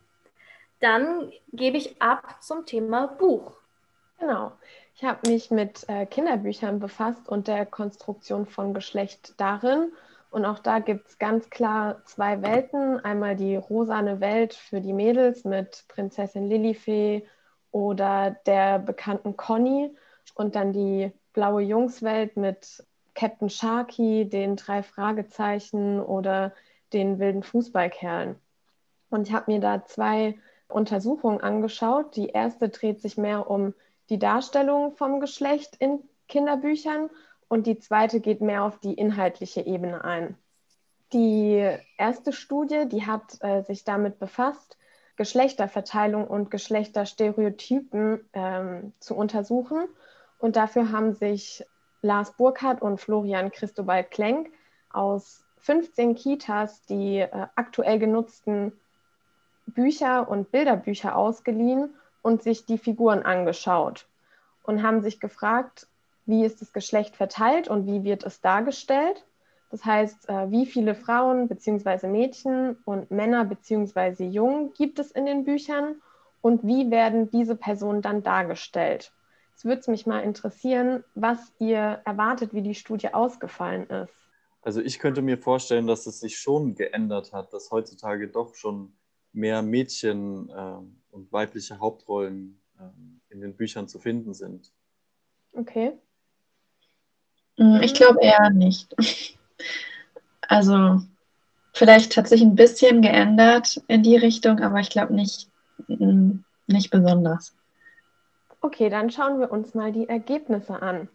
Dann gebe ich ab zum Thema Buch. Genau. Ich habe mich mit äh, Kinderbüchern befasst und der Konstruktion von Geschlecht darin. Und auch da gibt es ganz klar zwei Welten. Einmal die rosane Welt für die Mädels mit Prinzessin Lilifee oder der bekannten Conny. Und dann die blaue Jungswelt mit Captain Sharky, den drei Fragezeichen oder den wilden Fußballkerlen. Und ich habe mir da zwei Untersuchungen angeschaut. Die erste dreht sich mehr um die Darstellung vom Geschlecht in Kinderbüchern und die zweite geht mehr auf die inhaltliche Ebene ein. Die erste Studie, die hat äh, sich damit befasst, Geschlechterverteilung und Geschlechterstereotypen ähm, zu untersuchen. Und dafür haben sich Lars Burkhardt und Florian Christobal Klenk aus fünfzehn Kitas die äh, aktuell genutzten Bücher und Bilderbücher ausgeliehen und sich die Figuren angeschaut und haben sich gefragt, wie ist das Geschlecht verteilt und wie wird es dargestellt. Das heißt, äh, wie viele Frauen bzw. Mädchen und Männer bzw. Jungen gibt es in den Büchern und wie werden diese Personen dann dargestellt. Es würde mich mal interessieren, was ihr erwartet, wie die Studie ausgefallen ist. Also ich könnte mir vorstellen, dass es sich schon geändert hat, dass heutzutage doch schon mehr Mädchen äh, und weibliche Hauptrollen äh, in den Büchern zu finden sind. Okay. Ich glaube eher nicht. Also vielleicht hat sich ein bisschen geändert in die Richtung, aber ich glaube nicht, nicht besonders. Okay, dann schauen wir uns mal die Ergebnisse an.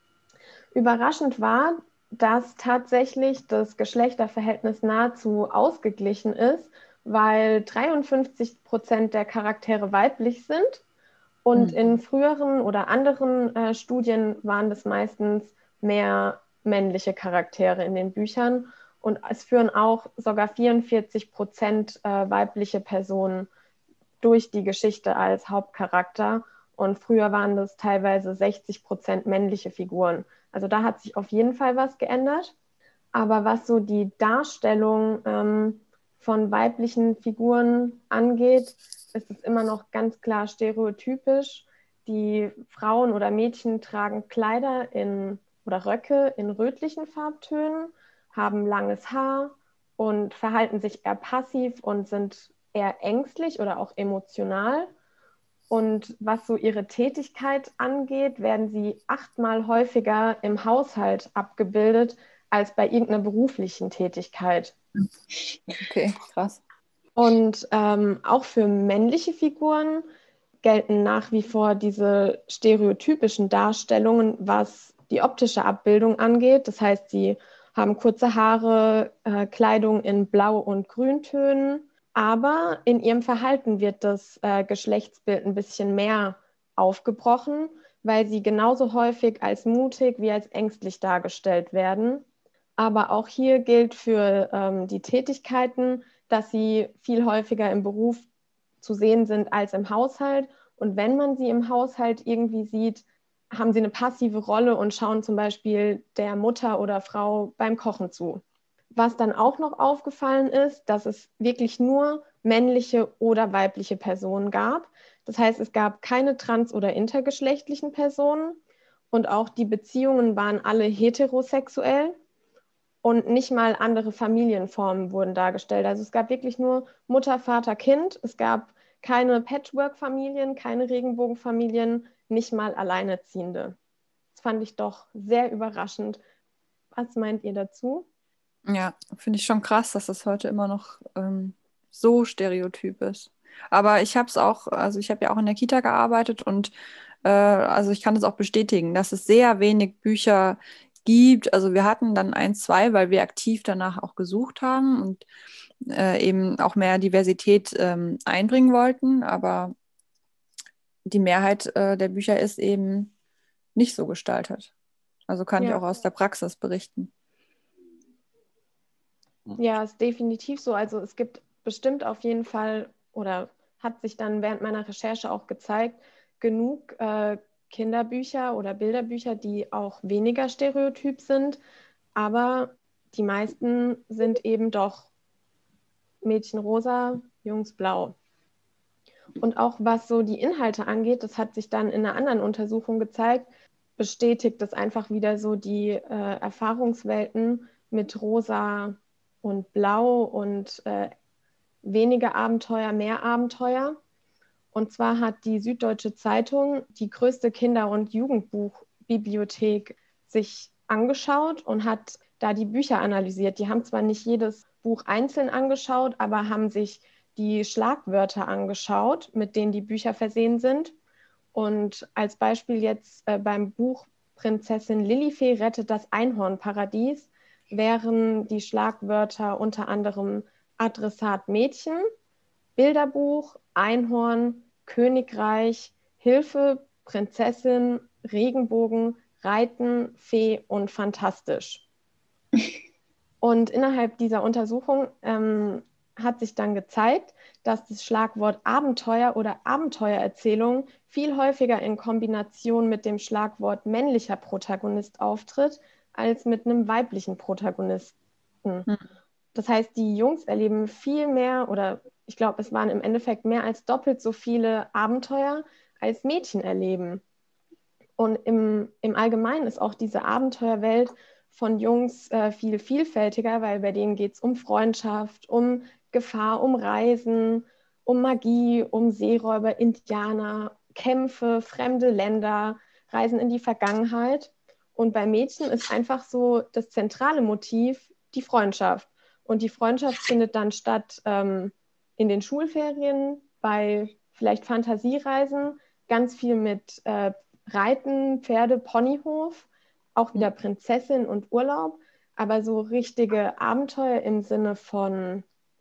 Überraschend war, dass tatsächlich das Geschlechterverhältnis nahezu ausgeglichen ist, weil dreiundfünfzig Prozent der Charaktere weiblich sind und mhm. in früheren oder anderen äh, Studien waren das meistens mehr männliche Charaktere in den Büchern und es führen auch sogar vierundvierzig Prozent äh, weibliche Personen durch die Geschichte als Hauptcharakter und früher waren das teilweise sechzig Prozent männliche Figuren. Also da hat sich auf jeden Fall was geändert, aber was so die Darstellung ähm, von weiblichen Figuren angeht, ist es immer noch ganz klar stereotypisch. Die Frauen oder Mädchen tragen Kleider in, oder Röcke in rötlichen Farbtönen, haben langes Haar und verhalten sich eher passiv und sind eher ängstlich oder auch emotional. Und was so ihre Tätigkeit angeht, werden sie achtmal häufiger im Haushalt abgebildet als bei irgendeiner beruflichen Tätigkeit. Okay, krass. Und ähm, auch für männliche Figuren gelten nach wie vor diese stereotypischen Darstellungen, was die optische Abbildung angeht. Das heißt, sie haben kurze Haare, äh, Kleidung in Blau- und Grüntönen, aber in ihrem Verhalten wird das äh, Geschlechtsbild ein bisschen mehr aufgebrochen, weil sie genauso häufig als mutig wie als ängstlich dargestellt werden. Aber auch hier gilt für ähm, die Tätigkeiten, dass sie viel häufiger im Beruf zu sehen sind als im Haushalt. Und wenn man sie im Haushalt irgendwie sieht, haben sie eine passive Rolle und schauen zum Beispiel der Mutter oder Frau beim Kochen zu. Was dann auch noch aufgefallen ist, dass es wirklich nur männliche oder weibliche Personen gab. Das heißt, es gab keine trans- oder intergeschlechtlichen Personen und auch die Beziehungen waren alle heterosexuell. Und nicht mal andere Familienformen wurden dargestellt. Also es gab wirklich nur Mutter, Vater, Kind. Es gab keine Patchwork-Familien, keine Regenbogenfamilien, nicht mal Alleinerziehende. Das fand ich doch sehr überraschend. Was meint ihr dazu? Ja, finde ich schon krass, dass das heute immer noch ähm, so stereotyp ist. Aber ich habe es auch, also ich habe ja auch in der Kita gearbeitet und äh, also ich kann das auch bestätigen, dass es sehr wenig Bücher gibt. Also wir hatten dann ein, zwei, weil wir aktiv danach auch gesucht haben und äh, eben auch mehr Diversität ähm, einbringen wollten. Aber die Mehrheit äh, der Bücher ist eben nicht so gestaltet. Also kann ich Ja. auch aus der Praxis berichten. Ja, ist definitiv so. Also es gibt bestimmt auf jeden Fall, oder hat sich dann während meiner Recherche auch gezeigt, genug äh, Kinderbücher oder Bilderbücher, die auch weniger stereotyp sind, aber die meisten sind eben doch Mädchen rosa, Jungs blau. Und auch was so die Inhalte angeht, das hat sich dann in einer anderen Untersuchung gezeigt, bestätigt das einfach wieder so die äh, Erfahrungswelten mit rosa und blau und äh, weniger Abenteuer, mehr Abenteuer. Und zwar hat die Süddeutsche Zeitung die größte Kinder- und Jugendbuchbibliothek sich angeschaut und hat da die Bücher analysiert. Die haben zwar nicht jedes Buch einzeln angeschaut, aber haben sich die Schlagwörter angeschaut, mit denen die Bücher versehen sind. Und als Beispiel jetzt äh, beim Buch Prinzessin Lilifee rettet das Einhornparadies wären die Schlagwörter unter anderem Adressat Mädchen, Bilderbuch, Einhorn, Königreich, Hilfe, Prinzessin, Regenbogen, Reiten, Fee und fantastisch. Und innerhalb dieser Untersuchung ähm, hat sich dann gezeigt, dass das Schlagwort Abenteuer oder Abenteuererzählung viel häufiger in Kombination mit dem Schlagwort männlicher Protagonist auftritt, als mit einem weiblichen Protagonisten. Hm. Das heißt, die Jungs erleben viel mehr, oder ich glaube, es waren im Endeffekt mehr als doppelt so viele Abenteuer, als Mädchen erleben. Und im, im Allgemeinen ist auch diese Abenteuerwelt von Jungs äh, viel vielfältiger, weil bei denen geht es um Freundschaft, um Gefahr, um Reisen, um Magie, um Seeräuber, Indianer, Kämpfe, fremde Länder, Reisen in die Vergangenheit. Und bei Mädchen ist einfach so das zentrale Motiv die Freundschaft. Und die Freundschaft findet dann statt ähm, in den Schulferien, bei vielleicht Fantasiereisen, ganz viel mit äh, Reiten, Pferde, Ponyhof, auch wieder Prinzessin und Urlaub, aber so richtige Abenteuer im Sinne von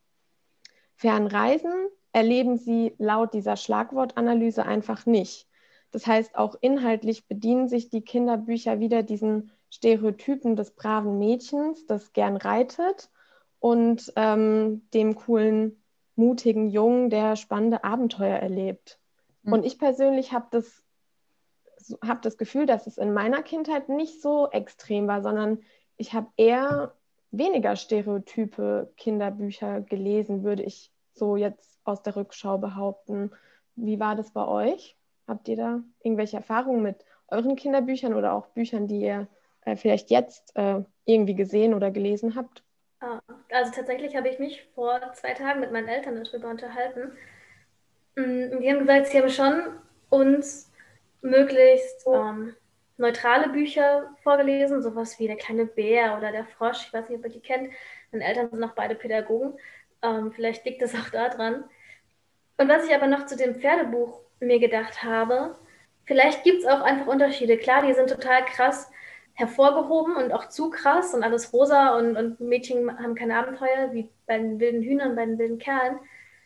Fernreisen erleben sie laut dieser Schlagwortanalyse einfach nicht. Das heißt, auch inhaltlich bedienen sich die Kinderbücher wieder diesen Stereotypen des braven Mädchens, das gern reitet, und ähm, dem coolen, mutigen Jungen, der spannende Abenteuer erlebt. Mhm. Und ich persönlich habe das, hab das Gefühl, dass es in meiner Kindheit nicht so extrem war, sondern ich habe eher weniger stereotype Kinderbücher gelesen, würde ich so jetzt aus der Rückschau behaupten. Wie war das bei euch? Habt ihr da irgendwelche Erfahrungen mit euren Kinderbüchern oder auch Büchern, die ihr äh, vielleicht jetzt äh, irgendwie gesehen oder gelesen habt? Also tatsächlich habe ich mich vor zwei Tagen mit meinen Eltern darüber unterhalten. Und die haben gesagt, sie haben schon uns möglichst ähm, neutrale Bücher vorgelesen, sowas wie Der kleine Bär oder Der Frosch. Ich weiß nicht, ob ihr die kennt. Meine Eltern sind auch beide Pädagogen. Ähm, vielleicht liegt es auch daran. Und was ich aber noch zu dem Pferdebuch mir gedacht habe, vielleicht gibt es auch einfach Unterschiede. Klar, die sind total krass hervorgehoben und auch zu krass und alles rosa und, und Mädchen haben keine Abenteuer, wie bei den wilden Hühnern, bei den wilden Kerlen.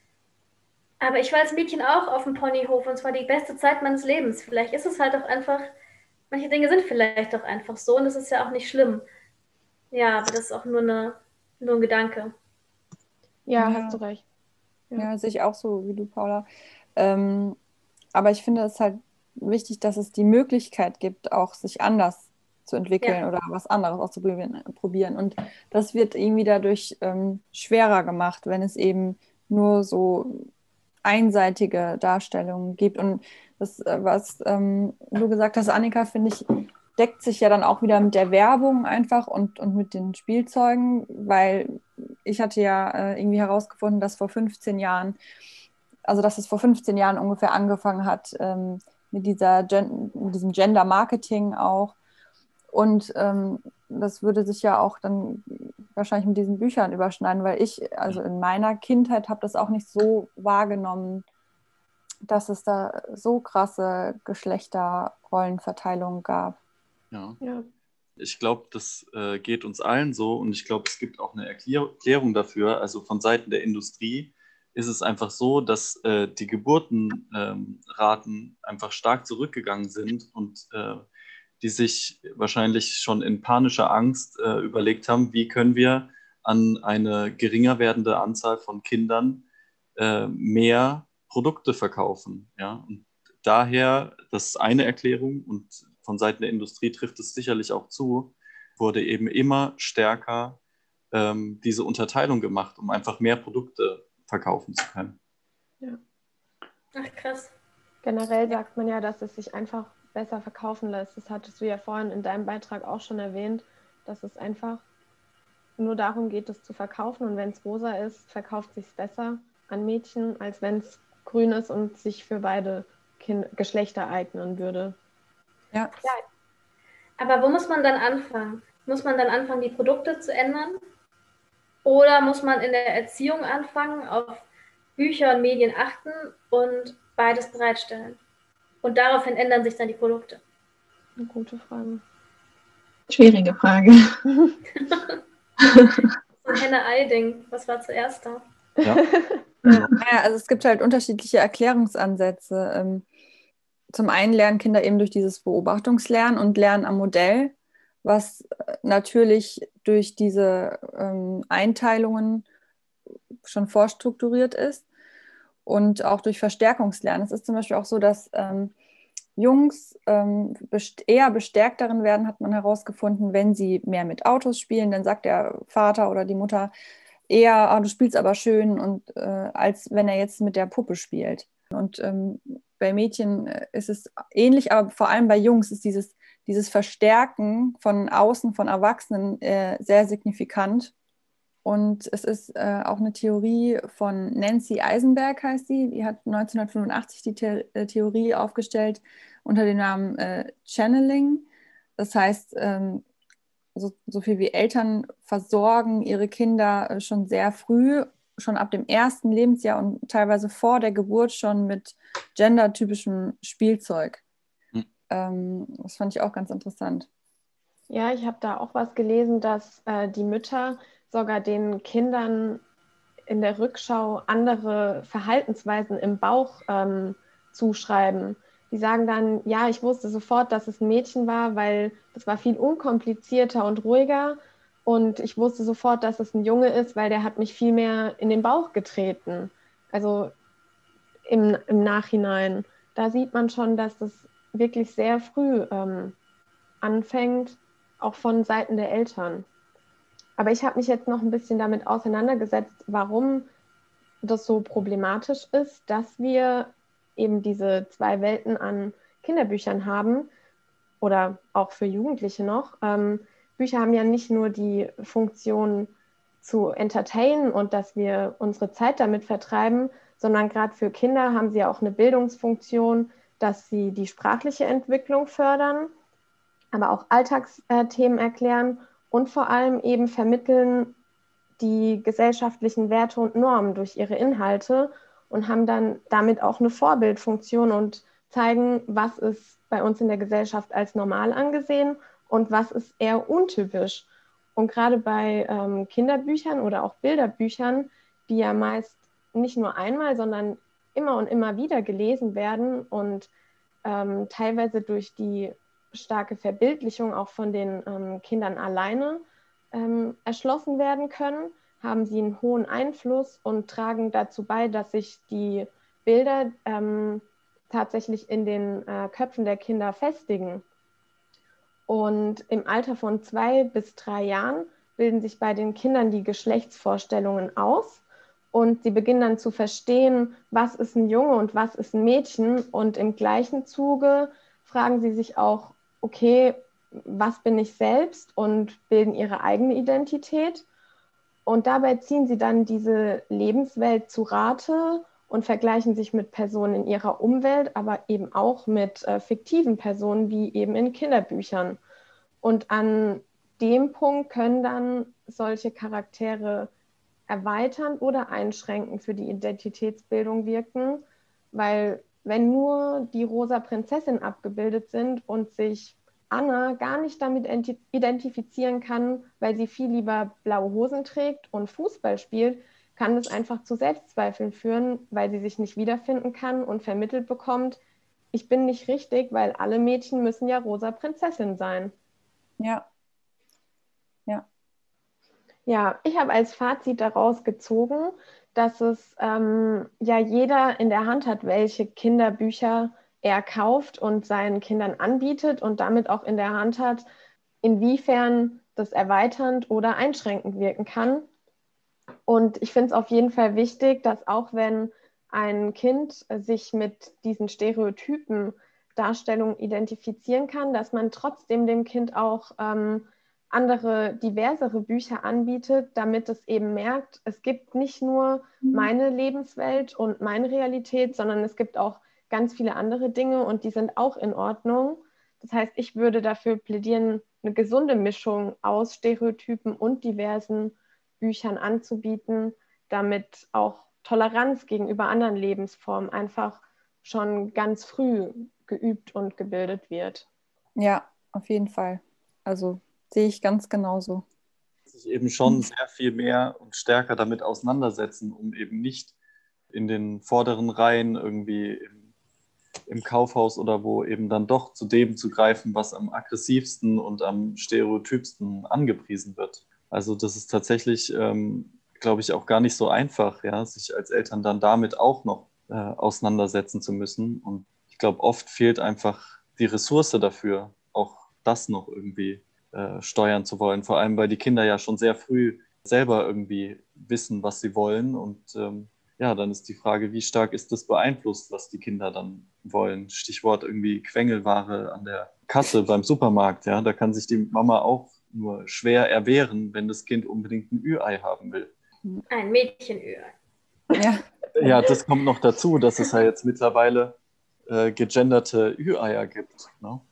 Aber ich war als Mädchen auch auf dem Ponyhof und zwar die beste Zeit meines Lebens. Vielleicht ist es halt auch einfach, manche Dinge sind vielleicht auch einfach so und das ist ja auch nicht schlimm. Ja, aber das ist auch nur, eine, nur ein Gedanke. Ja, Ja. hast du recht. Ja, ja, sehe ich auch so wie du, Paula. Ähm, aber ich finde es halt wichtig, dass es die Möglichkeit gibt, auch sich anders zu entwickeln, ja, oder was anderes auszuprobieren. Und das wird irgendwie dadurch ähm, schwerer gemacht, wenn es eben nur so einseitige Darstellungen gibt. Und das, was ähm, du gesagt hast, Annika, finde ich, deckt sich ja dann auch wieder mit der Werbung einfach und, und mit den Spielzeugen, weil ich hatte ja äh, irgendwie herausgefunden, dass vor fünfzehn Jahren, also dass es vor fünfzehn Jahren ungefähr angefangen hat ähm, mit, dieser Gen- mit diesem Gender-Marketing auch. Und ähm, das würde sich ja auch dann wahrscheinlich mit diesen Büchern überschneiden, weil ich, also in meiner Kindheit, habe das auch nicht so wahrgenommen, dass es da so krasse Geschlechterrollenverteilungen gab. Ja. Ja. Ich glaube, das äh, geht uns allen so und ich glaube, es gibt auch eine Erklär- Erklärung dafür. Also von Seiten der Industrie ist es einfach so, dass äh, die Geburtenraten ähm, einfach stark zurückgegangen sind und äh, die sich wahrscheinlich schon in panischer Angst äh, überlegt haben, wie können wir an eine geringer werdende Anzahl von Kindern äh, mehr Produkte verkaufen. Ja? Und daher, das ist eine Erklärung und von Seiten der Industrie trifft es sicherlich auch zu, wurde eben immer stärker ähm, diese Unterteilung gemacht, um einfach mehr Produkte verkaufen zu können. Ja. Ach, krass. Generell sagt man ja, dass es sich einfach besser verkaufen lässt. Das hattest du ja vorhin in deinem Beitrag auch schon erwähnt, dass es einfach nur darum geht, es zu verkaufen. Und wenn es rosa ist, verkauft es sich besser an Mädchen, als wenn es grün ist und sich für beide kind- Geschlechter eignen würde. Ja. Ja. Aber wo muss man dann anfangen? Muss man dann anfangen, die Produkte zu ändern? Oder muss man in der Erziehung anfangen, auf Bücher und Medien achten und beides bereitstellen? Und daraufhin ändern sich dann die Produkte. Eine gute Frage. Schwierige Frage. So ein Henne-Ei-Ding. Was war zuerst da? Ja. Naja, also es gibt halt unterschiedliche Erklärungsansätze. Ähm, Zum einen lernen Kinder eben durch dieses Beobachtungslernen und lernen am Modell, was natürlich durch diese ähm, Einteilungen schon vorstrukturiert ist und auch durch Verstärkungslernen. Es ist zum Beispiel auch so, dass ähm, Jungs ähm, best- eher bestärkt darin werden, hat man herausgefunden, wenn sie mehr mit Autos spielen, dann sagt der Vater oder die Mutter eher, ah, du spielst aber schön, und äh, als wenn er jetzt mit der Puppe spielt. Und ähm, bei Mädchen ist es ähnlich, aber vor allem bei Jungs ist dieses, dieses Verstärken von außen, von Erwachsenen äh, sehr signifikant. Und es ist äh, auch eine Theorie von Nancy Eisenberg, heißt sie. Die hat neunzehnhundertfünfundachtzig die The- äh, Theorie aufgestellt unter dem Namen äh, Channeling. Das heißt, ähm, so, so viel wie Eltern versorgen ihre Kinder äh, schon sehr früh, schon ab dem ersten Lebensjahr und teilweise vor der Geburt schon mit gendertypischem Spielzeug. Hm. Ähm, das fand ich auch ganz interessant. Ja, ich habe da auch was gelesen, dass äh, die Mütter sogar den Kindern in der Rückschau andere Verhaltensweisen im Bauch ähm, zuschreiben. Die sagen dann, ja, ich wusste sofort, dass es ein Mädchen war, weil das war viel unkomplizierter und ruhiger. Und ich wusste sofort, dass es ein Junge ist, weil der hat mich viel mehr in den Bauch getreten. Also im, im Nachhinein. Da sieht man schon, dass das wirklich sehr früh ähm, anfängt, auch von Seiten der Eltern. Aber ich habe mich jetzt noch ein bisschen damit auseinandergesetzt, warum das so problematisch ist, dass wir eben diese zwei Welten an Kinderbüchern haben oder auch für Jugendliche noch. Ähm, Bücher haben ja nicht nur die Funktion zu entertainen und dass wir unsere Zeit damit vertreiben, sondern gerade für Kinder haben sie auch eine Bildungsfunktion, dass sie die sprachliche Entwicklung fördern, aber auch Alltagsthemen erklären und vor allem eben vermitteln die gesellschaftlichen Werte und Normen durch ihre Inhalte und haben dann damit auch eine Vorbildfunktion und zeigen, was ist bei uns in der Gesellschaft als normal angesehen und was ist eher untypisch. Und gerade bei ähm, Kinderbüchern oder auch Bilderbüchern, die ja meist nicht nur einmal, sondern immer und immer wieder gelesen werden und ähm, teilweise durch die starke Verbildlichung auch von den ähm, Kindern alleine ähm, erschlossen werden können, haben sie einen hohen Einfluss und tragen dazu bei, dass sich die Bilder ähm, tatsächlich in den äh, Köpfen der Kinder festigen. Und im Alter von zwei bis drei Jahren bilden sich bei den Kindern die Geschlechtsvorstellungen aus und sie beginnen dann zu verstehen, was ist ein Junge und was ist ein Mädchen. Und im gleichen Zuge fragen sie sich auch, okay, was bin ich selbst, und bilden ihre eigene Identität. Und dabei ziehen sie dann diese Lebenswelt zu Rate und vergleichen sich mit Personen in ihrer Umwelt, aber eben auch mit äh, fiktiven Personen, wie eben in Kinderbüchern. Und an dem Punkt können dann solche Charaktere erweiternd oder einschränkend für die Identitätsbildung wirken, weil wenn nur die rosa Prinzessin abgebildet sind und sich Anna gar nicht damit identifizieren kann, weil sie viel lieber blaue Hosen trägt und Fußball spielt, kann es einfach zu Selbstzweifeln führen, weil sie sich nicht wiederfinden kann und vermittelt bekommt, ich bin nicht richtig, weil alle Mädchen müssen ja rosa Prinzessin sein. Ja. Ja. Ja, ich habe als Fazit daraus gezogen, dass es ähm, ja jeder in der Hand hat, welche Kinderbücher er kauft und seinen Kindern anbietet und damit auch in der Hand hat, inwiefern das erweiternd oder einschränkend wirken kann. Und ich finde es auf jeden Fall wichtig, dass auch wenn ein Kind sich mit diesen Stereotypen Darstellungen identifizieren kann, dass man trotzdem dem Kind auch ähm, andere, diversere Bücher anbietet, damit es eben merkt, es gibt nicht nur meine Lebenswelt und meine Realität, sondern es gibt auch ganz viele andere Dinge und die sind auch in Ordnung. Das heißt, ich würde dafür plädieren, eine gesunde Mischung aus Stereotypen und diversen Büchern anzubieten, damit auch Toleranz gegenüber anderen Lebensformen einfach schon ganz früh geübt und gebildet wird. Ja, auf jeden Fall. Also sehe ich ganz genauso. Sich eben schon sehr viel mehr und stärker damit auseinandersetzen, um eben nicht in den vorderen Reihen irgendwie im, im Kaufhaus oder wo eben dann doch zu dem zu greifen, was am aggressivsten und am stereotypsten angepriesen wird. Also das ist tatsächlich, ähm, glaube ich, auch gar nicht so einfach, ja, sich als Eltern dann damit auch noch äh, auseinandersetzen zu müssen. Und ich glaube, oft fehlt einfach die Ressource dafür, auch das noch irgendwie äh, steuern zu wollen. Vor allem, weil die Kinder ja schon sehr früh selber irgendwie wissen, was sie wollen. Und ähm, ja, dann ist die Frage, wie stark ist das beeinflusst, was die Kinder dann wollen. Stichwort irgendwie Quengelware an der Kasse beim Supermarkt. Ja, da kann sich die Mama auch nur schwer erwehren, wenn das Kind unbedingt ein Ü-Ei haben will. Ein Mädchen-Ü-Ei. Ja. Ja, das kommt noch dazu, dass es ja jetzt mittlerweile äh, gegenderte Ü-Eier gibt. Ne?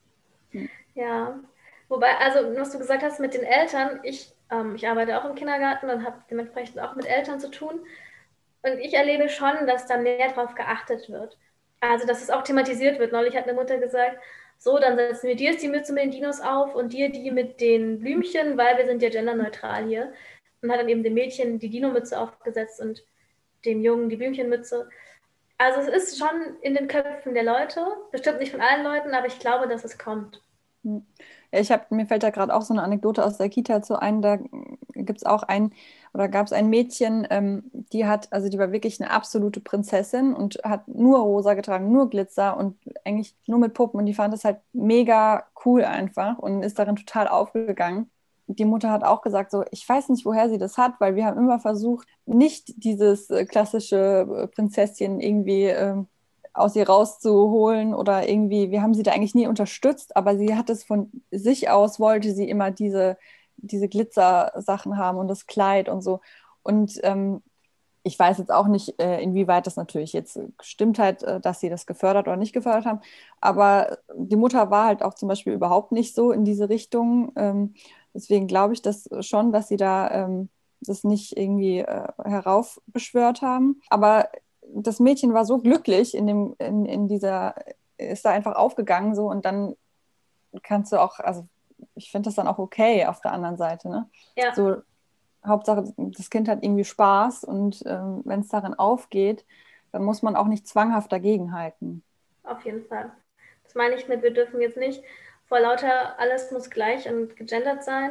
Ja, wobei, also was du gesagt hast mit den Eltern, ich, ähm, ich arbeite auch im Kindergarten und habe dementsprechend auch mit Eltern zu tun. Und ich erlebe schon, dass da mehr drauf geachtet wird. Also, dass es auch thematisiert wird. Neulich hat eine Mutter gesagt, so, dann setzen wir dir jetzt die Mütze mit den Dinos auf und dir die mit den Blümchen, weil wir sind ja genderneutral hier. Und hat dann eben dem Mädchen die Dino-Mütze aufgesetzt und dem Jungen die Blümchenmütze. Also es ist schon in den Köpfen der Leute, bestimmt nicht von allen Leuten, aber ich glaube, dass es kommt. Ja, ich hab, mir fällt da gerade auch so eine Anekdote aus der Kita zu ein, da gibt es auch ein, oder gab es ein Mädchen, ähm, die hat, also die war wirklich eine absolute Prinzessin und hat nur rosa getragen, nur Glitzer und eigentlich nur mit Puppen und die fand das halt mega cool einfach und ist darin total aufgegangen. Die Mutter hat auch gesagt, so, ich weiß nicht, woher sie das hat, weil wir haben immer versucht, nicht dieses äh, klassische äh, Prinzesschen irgendwie äh, aus ihr rauszuholen oder irgendwie, wir haben sie da eigentlich nie unterstützt, aber sie hat es von sich aus, wollte sie immer diese, diese Glitzer-Sachen haben und das Kleid und so. Und ähm, ich weiß jetzt auch nicht, äh, inwieweit das natürlich jetzt gestimmt hat, äh, dass sie das gefördert oder nicht gefördert haben, aber die Mutter war halt auch zum Beispiel überhaupt nicht so in diese Richtung. Ähm, deswegen glaube ich das schon, dass sie da ähm, das nicht irgendwie äh, heraufbeschwört haben. Aber das Mädchen war so glücklich in dem, in, in dieser, ist da einfach aufgegangen so und dann kannst du auch, also ich finde das dann auch okay auf der anderen Seite, ne? Ja. So, Hauptsache, das Kind hat irgendwie Spaß und ähm, wenn es darin aufgeht, dann muss man auch nicht zwanghaft dagegenhalten. Auf jeden Fall. Das meine ich mit, wir dürfen jetzt nicht vor lauter alles muss gleich und gegendert sein,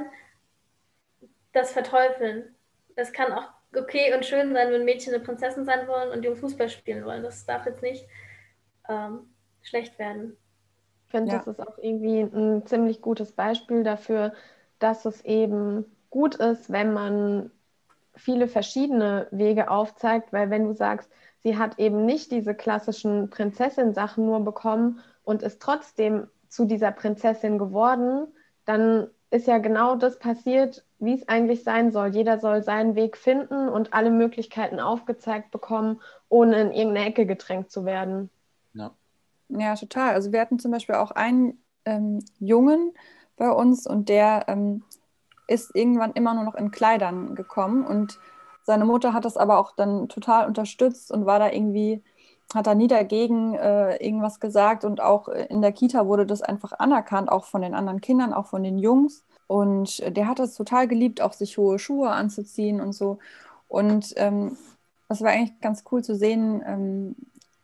das verteufeln. Das kann auch okay und schön sein, wenn Mädchen eine Prinzessin sein wollen und Jungs Fußball spielen wollen. Das darf jetzt nicht ähm, schlecht werden. Ich finde, Ja. das ist auch irgendwie ein ziemlich gutes Beispiel dafür, dass es eben gut ist, wenn man viele verschiedene Wege aufzeigt, weil wenn du sagst, sie hat eben nicht diese klassischen Prinzessin-Sachen nur bekommen und ist trotzdem zu dieser Prinzessin geworden, dann ist ja genau das passiert, wie es eigentlich sein soll. Jeder soll seinen Weg finden und alle Möglichkeiten aufgezeigt bekommen, ohne in irgendeine Ecke gedrängt zu werden. Ja. Ja, total. Also wir hatten zum Beispiel auch einen ähm, Jungen bei uns und der ähm, ist irgendwann immer nur noch in Kleidern gekommen und seine Mutter hat das aber auch dann total unterstützt und war da irgendwie, hat da nie dagegen äh, irgendwas gesagt und auch in der Kita wurde das einfach anerkannt, auch von den anderen Kindern, auch von den Jungs und der hat das total geliebt, auch sich hohe Schuhe anzuziehen und so und ähm, das war eigentlich ganz cool zu sehen, ähm,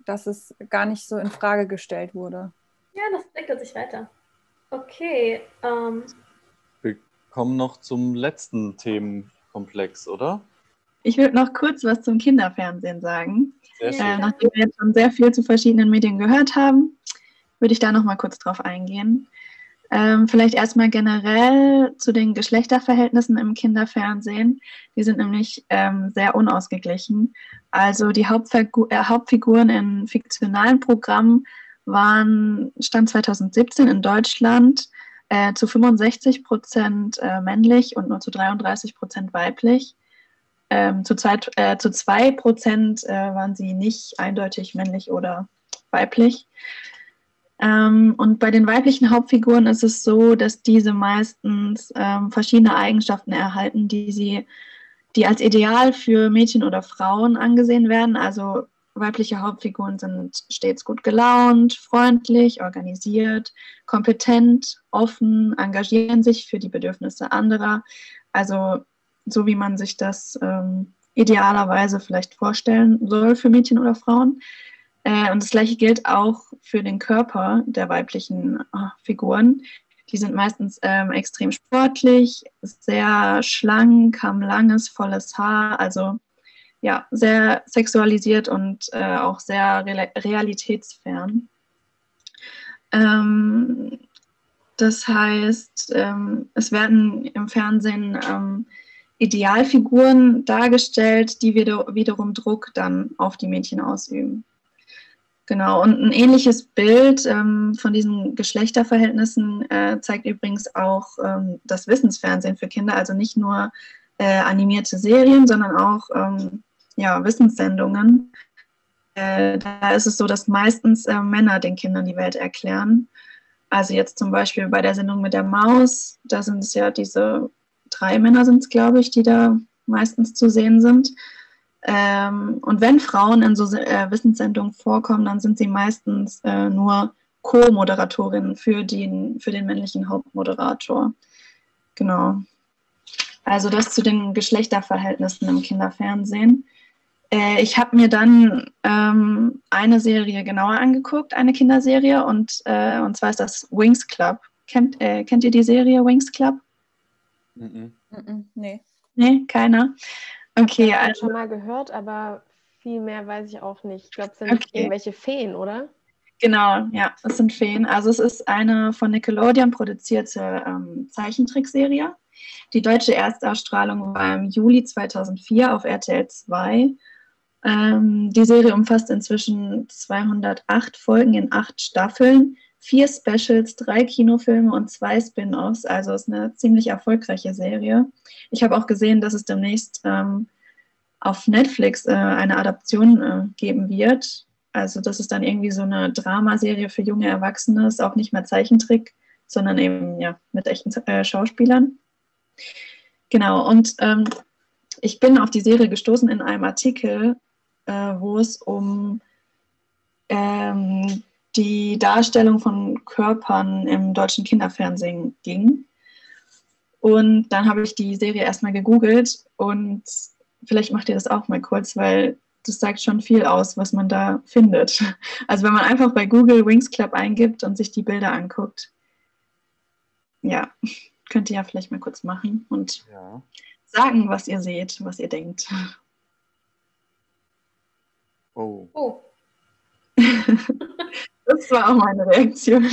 dass es gar nicht so in Frage gestellt wurde. Ja, das entwickelt sich weiter. Okay. Ähm, Wir kommen noch zum letzten Themenkomplex, oder? Ich würde noch kurz was zum Kinderfernsehen sagen. Sehr schön. Äh, nachdem wir jetzt schon sehr viel zu verschiedenen Medien gehört haben, würde ich da noch mal kurz drauf eingehen. Ähm, vielleicht erstmal generell zu den Geschlechterverhältnissen im Kinderfernsehen. Die sind nämlich ähm, sehr unausgeglichen. Also die Hauptfigu- äh, Hauptfiguren in fiktionalen Programmen waren, Stand zwanzig siebzehn in Deutschland, äh, zu fünfundsechzig Prozent äh, männlich und nur zu dreiunddreißig Prozent weiblich. Ähm, zu, zwei, äh, zu zwei Prozent äh, waren sie nicht eindeutig männlich oder weiblich. Ähm, und bei den weiblichen Hauptfiguren ist es so, dass diese meistens ähm, verschiedene Eigenschaften erhalten, die sie, die als ideal für Mädchen oder Frauen angesehen werden. Also weibliche Hauptfiguren sind stets gut gelaunt, freundlich, organisiert, kompetent, offen, engagieren sich für die Bedürfnisse anderer. Also so wie man sich das ähm, idealerweise vielleicht vorstellen soll für Mädchen oder Frauen. Äh, und das Gleiche gilt auch für den Körper der weiblichen äh, Figuren. Die sind meistens ähm, extrem sportlich, sehr schlank, haben langes, volles Haar, also ja, sehr sexualisiert und äh, auch sehr re- realitätsfern. Ähm, das heißt, ähm, es werden im Fernsehen ähm, Idealfiguren dargestellt, die wieder, wiederum Druck dann auf die Mädchen ausüben. Genau, und ein ähnliches Bild ähm, von diesen Geschlechterverhältnissen äh, zeigt übrigens auch ähm, das Wissensfernsehen für Kinder, also nicht nur äh, animierte Serien, sondern auch ähm, ja, Wissenssendungen. Äh, da ist es so, dass meistens äh, Männer den Kindern die Welt erklären. Also jetzt zum Beispiel bei der Sendung mit der Maus, da sind es ja diese drei Männer sind es, glaube ich, die da meistens zu sehen sind. Ähm, und wenn Frauen in so äh, Wissenssendungen vorkommen, dann sind sie meistens äh, nur Co-Moderatorinnen für den, für den männlichen Hauptmoderator. Genau. Also das zu den Geschlechterverhältnissen im Kinderfernsehen. Äh, ich habe mir dann ähm, eine Serie genauer angeguckt, eine Kinderserie, und, äh, und zwar ist das Winx Club. Kennt, äh, kennt ihr die Serie Winx Club? Mhm. Mhm, nee. Nee, keiner? Okay, Ich habe also... schon mal gehört, aber viel mehr weiß ich auch nicht. Ich glaube, es sind Okay. irgendwelche Feen, oder? Genau, ja, es sind Feen. Also es ist eine von Nickelodeon produzierte ähm, Zeichentrickserie. Die deutsche Erstausstrahlung war im Juli zweitausendvier auf R T L zwei. Ähm, die Serie umfasst inzwischen zweihundertacht Folgen in acht Staffeln, vier Specials, drei Kinofilme und zwei Spin-offs. Also es ist eine ziemlich erfolgreiche Serie. Ich habe auch gesehen, dass es demnächst ähm, auf Netflix äh, eine Adaption äh, geben wird. Also das ist dann irgendwie so eine Dramaserie für junge Erwachsene, ist auch nicht mehr Zeichentrick, sondern eben ja mit echten äh, Schauspielern. Genau, und ähm, ich bin auf die Serie gestoßen in einem Artikel, äh, wo es um ähm, die Darstellung von Körpern im deutschen Kinderfernsehen ging. Und dann habe ich die Serie erstmal gegoogelt und vielleicht macht ihr das auch mal kurz, weil das sagt schon viel aus, was man da findet. Also wenn man einfach bei Google Winx Club eingibt und sich die Bilder anguckt, ja, könnt ihr ja vielleicht mal kurz machen und Ja. sagen, was ihr seht, was ihr denkt. Oh. oh, Das war auch meine Reaktion.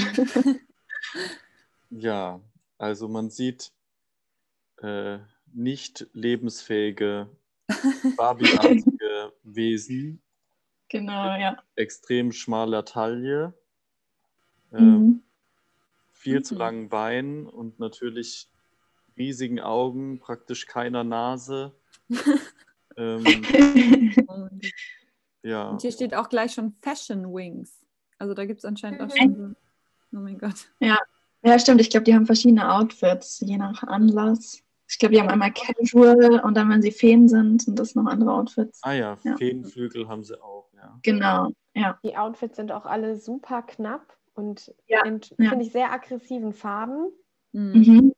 Ja, also man sieht äh, nicht lebensfähige, Barbie-artige Wesen, Genau, ja. extrem schmaler Taille, äh, Mhm. viel zu langen Beinen und natürlich riesigen Augen, praktisch keiner Nase. ähm, Und ja, hier steht auch gleich schon Fashion Wings. Also da gibt es anscheinend auch Mhm. schon so. Oh mein Gott. Ja, stimmt. Ich glaube, die haben verschiedene Outfits, je nach Anlass. Ich glaube, die haben einmal Casual und dann, wenn sie Feen sind, sind das noch andere Outfits. ah ja, Ja. Feenflügel haben sie auch, ja. Genau, ja. Die Outfits sind auch alle super knapp und Ja, in, ja. finde ich, sehr aggressiven Farben. Mhm. Mhm.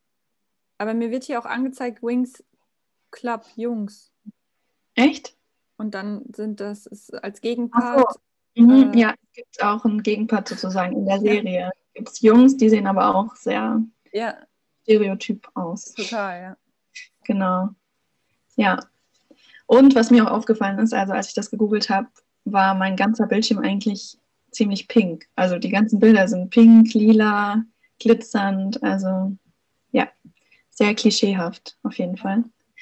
Aber mir wird hier auch angezeigt Winx Club Jungs. Echt? Und dann sind das ist als Ach Gegenpart. so. Mhm, äh, ja, es gibt auch einen Gegenpart sozusagen in der Serie. Es gibt Jungs, die sehen aber auch sehr Ja, stereotyp aus. total, ja. Genau. Ja. Und was mir auch aufgefallen ist, also als ich das gegoogelt habe, war mein ganzer Bildschirm eigentlich ziemlich pink. Also die ganzen Bilder sind pink, lila, glitzernd, also ja, sehr klischeehaft auf jeden Fall.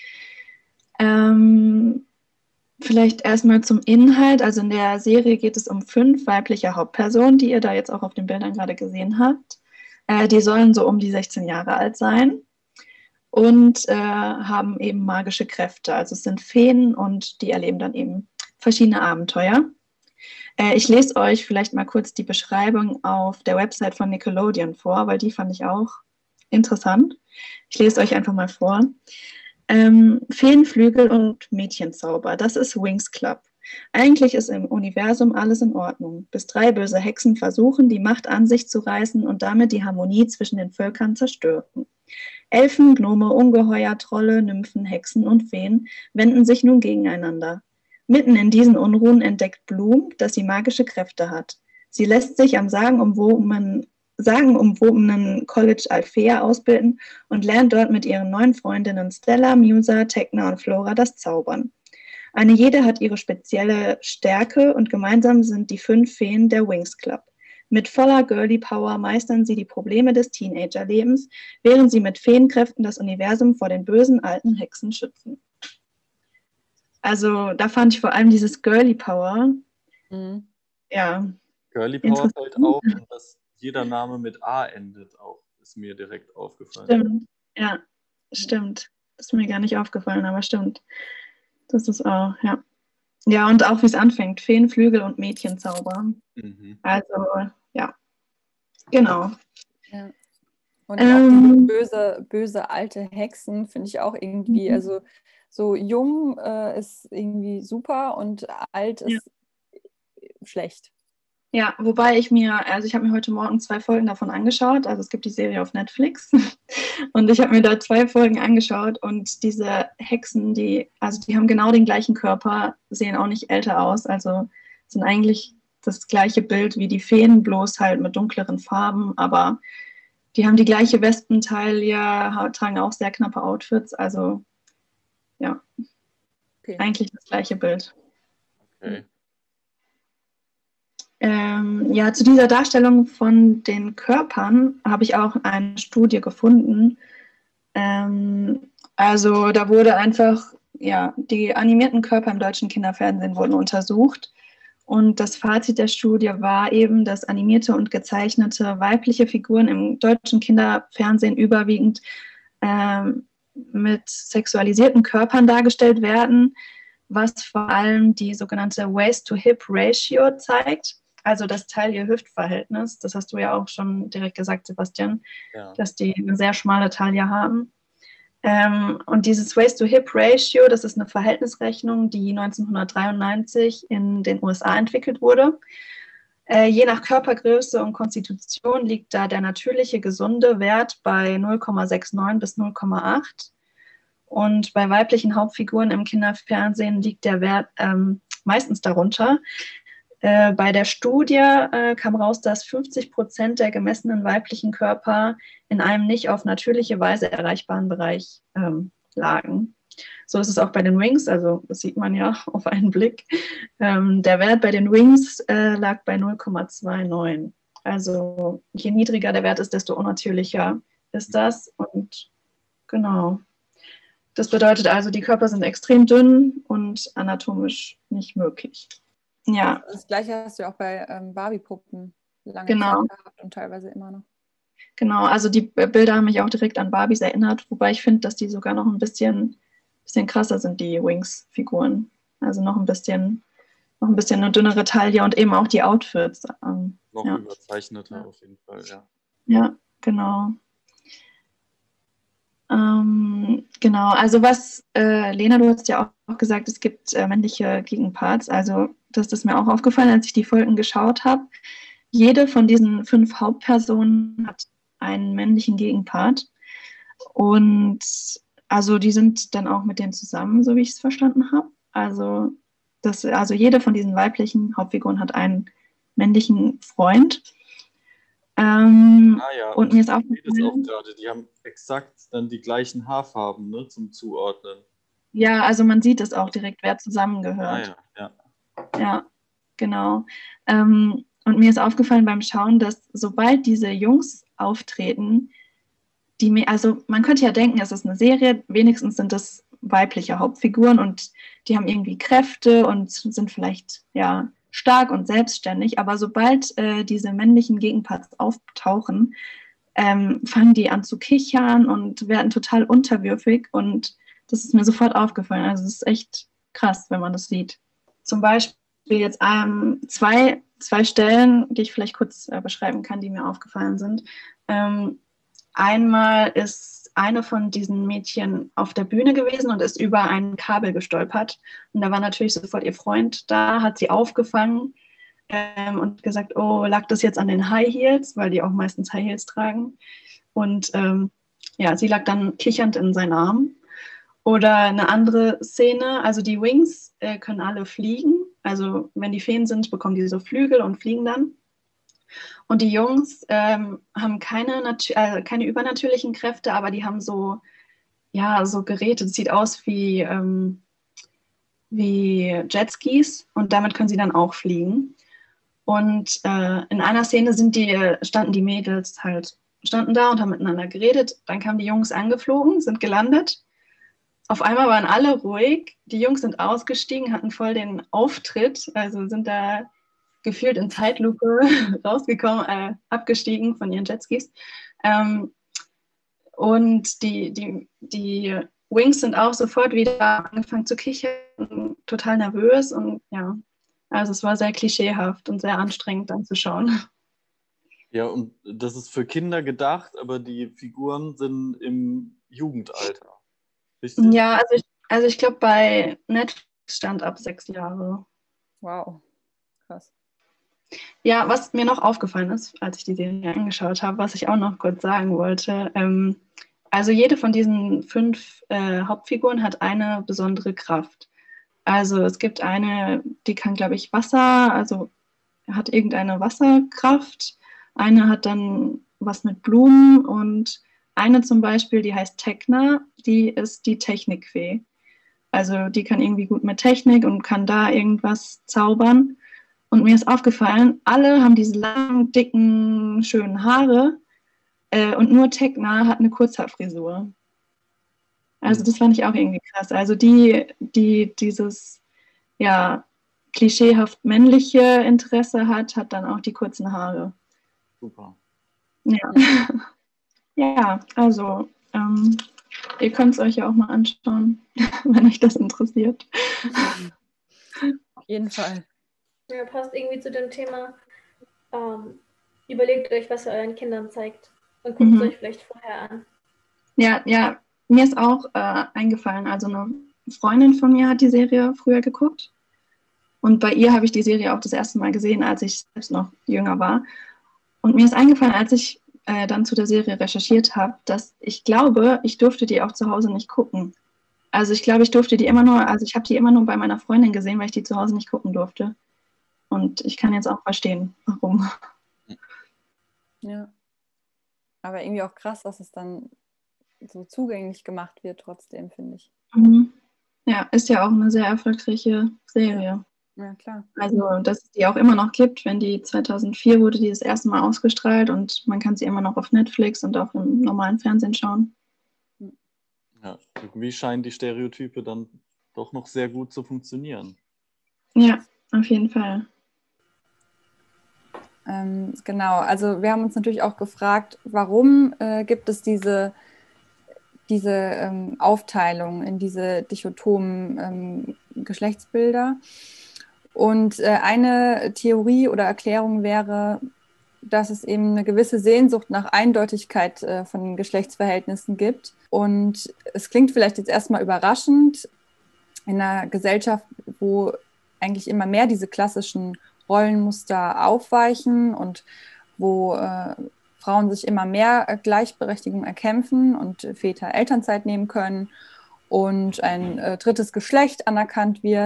Ähm, vielleicht erstmal zum Inhalt. Also in der Serie geht es um fünf weibliche Hauptpersonen, die ihr da jetzt auch auf den Bildern gerade gesehen habt. Äh, die sollen so um die sechzehn Jahre alt sein und äh, haben eben magische Kräfte. Also es sind Feen und die erleben dann eben verschiedene Abenteuer. Äh, ich lese euch vielleicht mal kurz die Beschreibung auf der Website von Nickelodeon vor, weil die fand ich auch interessant. Ich lese euch einfach mal vor. Ähm, Feenflügel und Mädchenzauber, das ist Winx Club. Eigentlich ist im Universum alles in Ordnung, bis drei böse Hexen versuchen, die Macht an sich zu reißen und damit die Harmonie zwischen den Völkern zerstören. Elfen, Gnome, Ungeheuer, Trolle, Nymphen, Hexen und Feen wenden sich nun gegeneinander. Mitten in diesen Unruhen entdeckt Bloom, dass sie magische Kräfte hat. Sie lässt sich am sagenumwobenen, sagenumwobenen College Alfea ausbilden und lernt dort mit ihren neuen Freundinnen Stella, Musa, Tecna und Flora das Zaubern. Eine jede hat ihre spezielle Stärke und gemeinsam sind die fünf Feen der Winx Club. Mit voller Girly Power meistern sie die Probleme des Teenagerlebens, während sie mit Feenkräften das Universum vor den bösen alten Hexen schützen. Also da fand ich vor allem dieses Girly Power, Mhm. ja, Girly Power fällt auf und dass jeder Name mit A endet auch, ist mir direkt aufgefallen. stimmt. Ja, stimmt. Ist mir gar nicht aufgefallen, aber stimmt. Das ist auch, ja. Ja, und auch wie es anfängt. Feenflügel und Mädchenzauber. Mhm. Also, ja. Genau. Ja. Und auch diese Ähm, böse, böse alte Hexen finde ich auch irgendwie, Mhm. also so jung äh, ist irgendwie super und alt Ja. ist schlecht. Ja, wobei ich mir, also ich habe mir heute Morgen zwei Folgen davon angeschaut. Also es gibt die Serie auf Netflix und ich habe mir da zwei Folgen angeschaut und diese Hexen, die, also die haben genau den gleichen Körper, sehen auch nicht älter aus. Also sind eigentlich das gleiche Bild wie die Feen, bloß halt mit dunkleren Farben, aber die haben die gleiche Wespentaille, ha- tragen auch sehr knappe Outfits. Also ja, Okay. eigentlich das gleiche Bild. Okay. Ähm, ja, zu dieser Darstellung von den Körpern habe ich auch eine Studie gefunden. Ähm, also da wurde einfach, ja, die animierten Körper im deutschen Kinderfernsehen wurden untersucht. Und das Fazit der Studie war eben, dass animierte und gezeichnete weibliche Figuren im deutschen Kinderfernsehen überwiegend ähm, mit sexualisierten Körpern dargestellt werden, was vor allem die sogenannte Waist-to-Hip-Ratio zeigt. Also das Taille-Hüft-Verhältnis, das hast du ja auch schon direkt gesagt, Sebastian, Ja. dass die eine sehr schmale Taille haben. Ähm, und dieses Waist-to-Hip-Ratio, das ist eine Verhältnisrechnung, die neunzehnhundertdreiundneunzig in den U S A entwickelt wurde. Äh, je nach Körpergröße und Konstitution liegt da der natürliche gesunde Wert bei null Komma neunundsechzig bis null Komma acht. Und bei weiblichen Hauptfiguren im Kinderfernsehen liegt der Wert ähm, meistens darunter. Äh, bei der Studie äh, kam raus, dass fünfzig Prozent der gemessenen weiblichen Körper in einem nicht auf natürliche Weise erreichbaren Bereich ähm, lagen. So ist es auch bei den Wings, also das sieht man ja auf einen Blick. Ähm, der Wert bei den Wings äh, lag bei null Komma neunundzwanzig. Also je niedriger der Wert ist, desto unnatürlicher ist das. Und genau. Das bedeutet also, die Körper sind extrem dünn und anatomisch nicht möglich. Ja, Das Gleiche hast du auch bei ähm, Barbie-Puppen lange Genau. Zeit gehabt und teilweise immer noch. genau. Also die Bilder haben mich auch direkt an Barbies erinnert, wobei ich finde, dass die sogar noch ein bisschen, bisschen krasser sind, die Wings-Figuren. Also noch ein bisschen, noch ein bisschen eine dünnere Taille und eben auch die Outfits. Ähm, Noch ja. überzeichneter Ja. auf jeden Fall, ja. Ja, genau. Ähm, genau, also was, äh, Lena, du hast ja auch gesagt, es gibt äh, männliche Gegenparts. Also das ist mir auch aufgefallen, als ich die Folgen geschaut habe. Jede von diesen fünf Hauptpersonen hat einen männlichen Gegenpart. Und also die sind dann auch mit denen zusammen, so wie ich es verstanden habe. Also das, also jede von diesen weiblichen Hauptfiguren hat einen männlichen Freund. Ähm, Ah ja, und mir ist auch, ich sehe das auch gerade, die haben exakt dann die gleichen Haarfarben, ne, zum Zuordnen. ja, also man sieht es auch direkt, wer Ah zusammengehört. ja, ja. Ja, genau. Ähm, und mir ist aufgefallen beim Schauen, dass sobald diese Jungs auftreten, die mir, also man könnte ja denken, es ist eine Serie, wenigstens sind das weibliche Hauptfiguren und die haben irgendwie Kräfte und sind vielleicht ja stark und selbstständig, aber sobald äh, diese männlichen Gegenparts auftauchen, ähm, fangen die an zu kichern und werden total unterwürfig und das ist mir sofort aufgefallen. Also es ist echt krass, wenn man das sieht. Zum Beispiel jetzt ähm, zwei, zwei Stellen, die ich vielleicht kurz äh, beschreiben kann, die mir aufgefallen sind. Ähm, einmal ist eine von diesen Mädchen auf der Bühne gewesen und ist über ein Kabel gestolpert. Und da war natürlich sofort ihr Freund da, hat sie aufgefangen ähm, und gesagt, oh, lag das jetzt an den High Heels, weil die auch meistens High Heels tragen. Und ähm, ja, sie lag dann kichernd in seinen Armen. Oder eine andere Szene, also die Wings äh, können alle fliegen. Also wenn die Feen sind, bekommen die so Flügel und fliegen dann. Und die Jungs ähm, haben keine, äh, keine übernatürlichen Kräfte, aber die haben so, ja, so Geräte. Das sieht aus wie, ähm, wie Jetskis und damit können sie dann auch fliegen. Und äh, in einer Szene sind die, standen die Mädels halt, standen da und haben miteinander geredet. Dann kamen die Jungs angeflogen, sind gelandet. Auf einmal waren alle ruhig. Die Jungs sind ausgestiegen, hatten voll den Auftritt, also sind da gefühlt in Zeitlupe rausgekommen, äh, abgestiegen von ihren Jetskis. Ähm, und die, die, die Wings sind auch sofort wieder angefangen zu kichern, total nervös und ja, also es war sehr klischeehaft und sehr anstrengend dann zu schauen. Ja, und das ist für Kinder gedacht, aber die Figuren sind im Jugendalter. Richtig? Ja, also ich, also ich glaube, bei Netflix stand ab sechs Jahre. Wow, krass. Ja, was mir noch aufgefallen ist, als ich die Serie angeschaut habe, was ich auch noch kurz sagen wollte, ähm, also jede von diesen fünf äh, Hauptfiguren hat eine besondere Kraft. Also es gibt eine, die kann, glaube ich, Wasser, also hat irgendeine Wasserkraft. Eine hat dann was mit Blumen und eine zum Beispiel, die heißt Tekna, die ist die Technikfee. Also die kann irgendwie gut mit Technik und kann da irgendwas zaubern. Und mir ist aufgefallen, alle haben diese langen, dicken, schönen Haare äh, und nur Tekna hat eine Kurzhaarfrisur. Also das fand ich auch irgendwie krass. Also die, die dieses, ja, klischeehaft männliche Interesse hat, hat dann auch die kurzen Haare. Super. Ja, ja also ähm, ihr könnt es euch ja auch mal anschauen, wenn euch das interessiert. Auf jeden Fall. Ja, passt irgendwie zu dem Thema. Ähm, überlegt euch, was ihr euren Kindern zeigt und guckt es Mhm. euch vielleicht vorher an. Ja, ja, mir ist auch äh, eingefallen, also eine Freundin von mir hat die Serie früher geguckt und bei ihr habe ich die Serie auch das erste Mal gesehen, als ich selbst noch jünger war. Und mir ist eingefallen, als ich äh, dann zu der Serie recherchiert habe, dass ich glaube, ich durfte die auch zu Hause nicht gucken. Also ich glaube, ich durfte die immer nur, also ich habe die immer nur bei meiner Freundin gesehen, weil ich die zu Hause nicht gucken durfte. Und ich kann jetzt auch verstehen, warum. Ja. Aber irgendwie auch krass, dass es dann so zugänglich gemacht wird trotzdem, finde ich. Mhm. Ja, ist ja auch eine sehr erfolgreiche Serie. Ja, klar. Also, dass es die auch immer noch gibt, wenn die zweitausendvier wurde die das erste Mal ausgestrahlt und man kann sie immer noch auf Netflix und auch im normalen Fernsehen schauen. Ja, irgendwie scheinen die Stereotype dann doch noch sehr gut zu funktionieren. Ja, auf jeden Fall. Ähm, genau, also wir haben uns natürlich auch gefragt, warum äh, gibt es diese, diese ähm, Aufteilung in diese dichotomen ähm, Geschlechtsbilder. Und äh, eine Theorie oder Erklärung wäre, dass es eben eine gewisse Sehnsucht nach Eindeutigkeit äh, von den Geschlechtsverhältnissen gibt. Und es klingt vielleicht jetzt erstmal überraschend in einer Gesellschaft, wo eigentlich immer mehr diese klassischen Rollenmuster aufweichen und wo äh, Frauen sich immer mehr Gleichberechtigung erkämpfen und Väter Elternzeit nehmen können und ein äh, drittes Geschlecht anerkannt wird.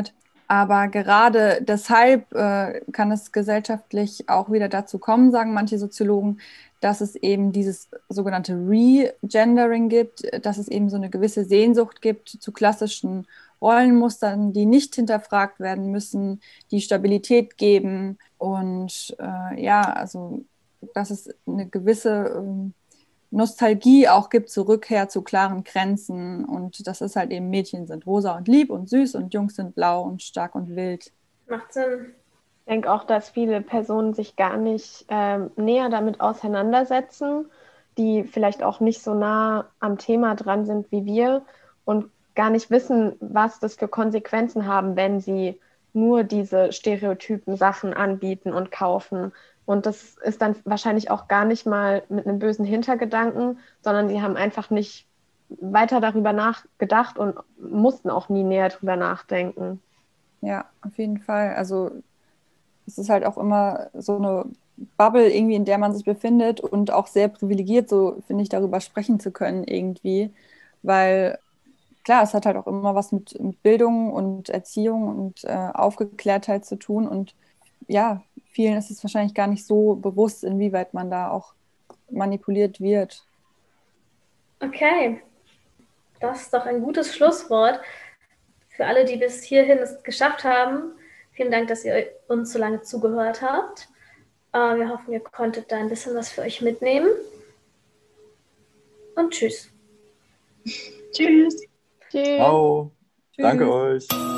Aber gerade deshalb äh, kann es gesellschaftlich auch wieder dazu kommen, sagen manche Soziologen, dass es eben dieses sogenannte Regendering gibt, dass es eben so eine gewisse Sehnsucht gibt zu klassischen Rollenmustern, die nicht hinterfragt werden müssen, die Stabilität geben. Und äh, ja, also dass es eine gewisse ähm, Nostalgie auch gibt zur Rückkehr zu klaren Grenzen. Und das ist halt eben, Mädchen sind rosa und lieb und süß und Jungs sind blau und stark und wild. Macht Sinn. Ich denke auch, dass viele Personen sich gar nicht ähm, näher damit auseinandersetzen, die vielleicht auch nicht so nah am Thema dran sind wie wir und gar nicht wissen, was das für Konsequenzen haben, wenn sie nur diese stereotypen Sachen anbieten und kaufen. Und das ist dann wahrscheinlich auch gar nicht mal mit einem bösen Hintergedanken, sondern sie haben einfach nicht weiter darüber nachgedacht und mussten auch nie näher darüber nachdenken. Ja, auf jeden Fall. Also es ist halt auch immer so eine Bubble irgendwie, in der man sich befindet und auch sehr privilegiert, so finde ich, darüber sprechen zu können irgendwie, weil klar, es hat halt auch immer was mit, mit Bildung und Erziehung und äh, Aufgeklärtheit zu tun und ja, vielen ist es wahrscheinlich gar nicht so bewusst, inwieweit man da auch manipuliert wird. Okay, das ist doch ein gutes Schlusswort. Für alle, die bis hierhin es geschafft haben, vielen Dank, dass ihr uns so lange zugehört habt. Äh, wir hoffen, ihr konntet da ein bisschen was für euch mitnehmen. Und tschüss. Tschüss. Tschüss. Ciao. Tschüss. Danke euch.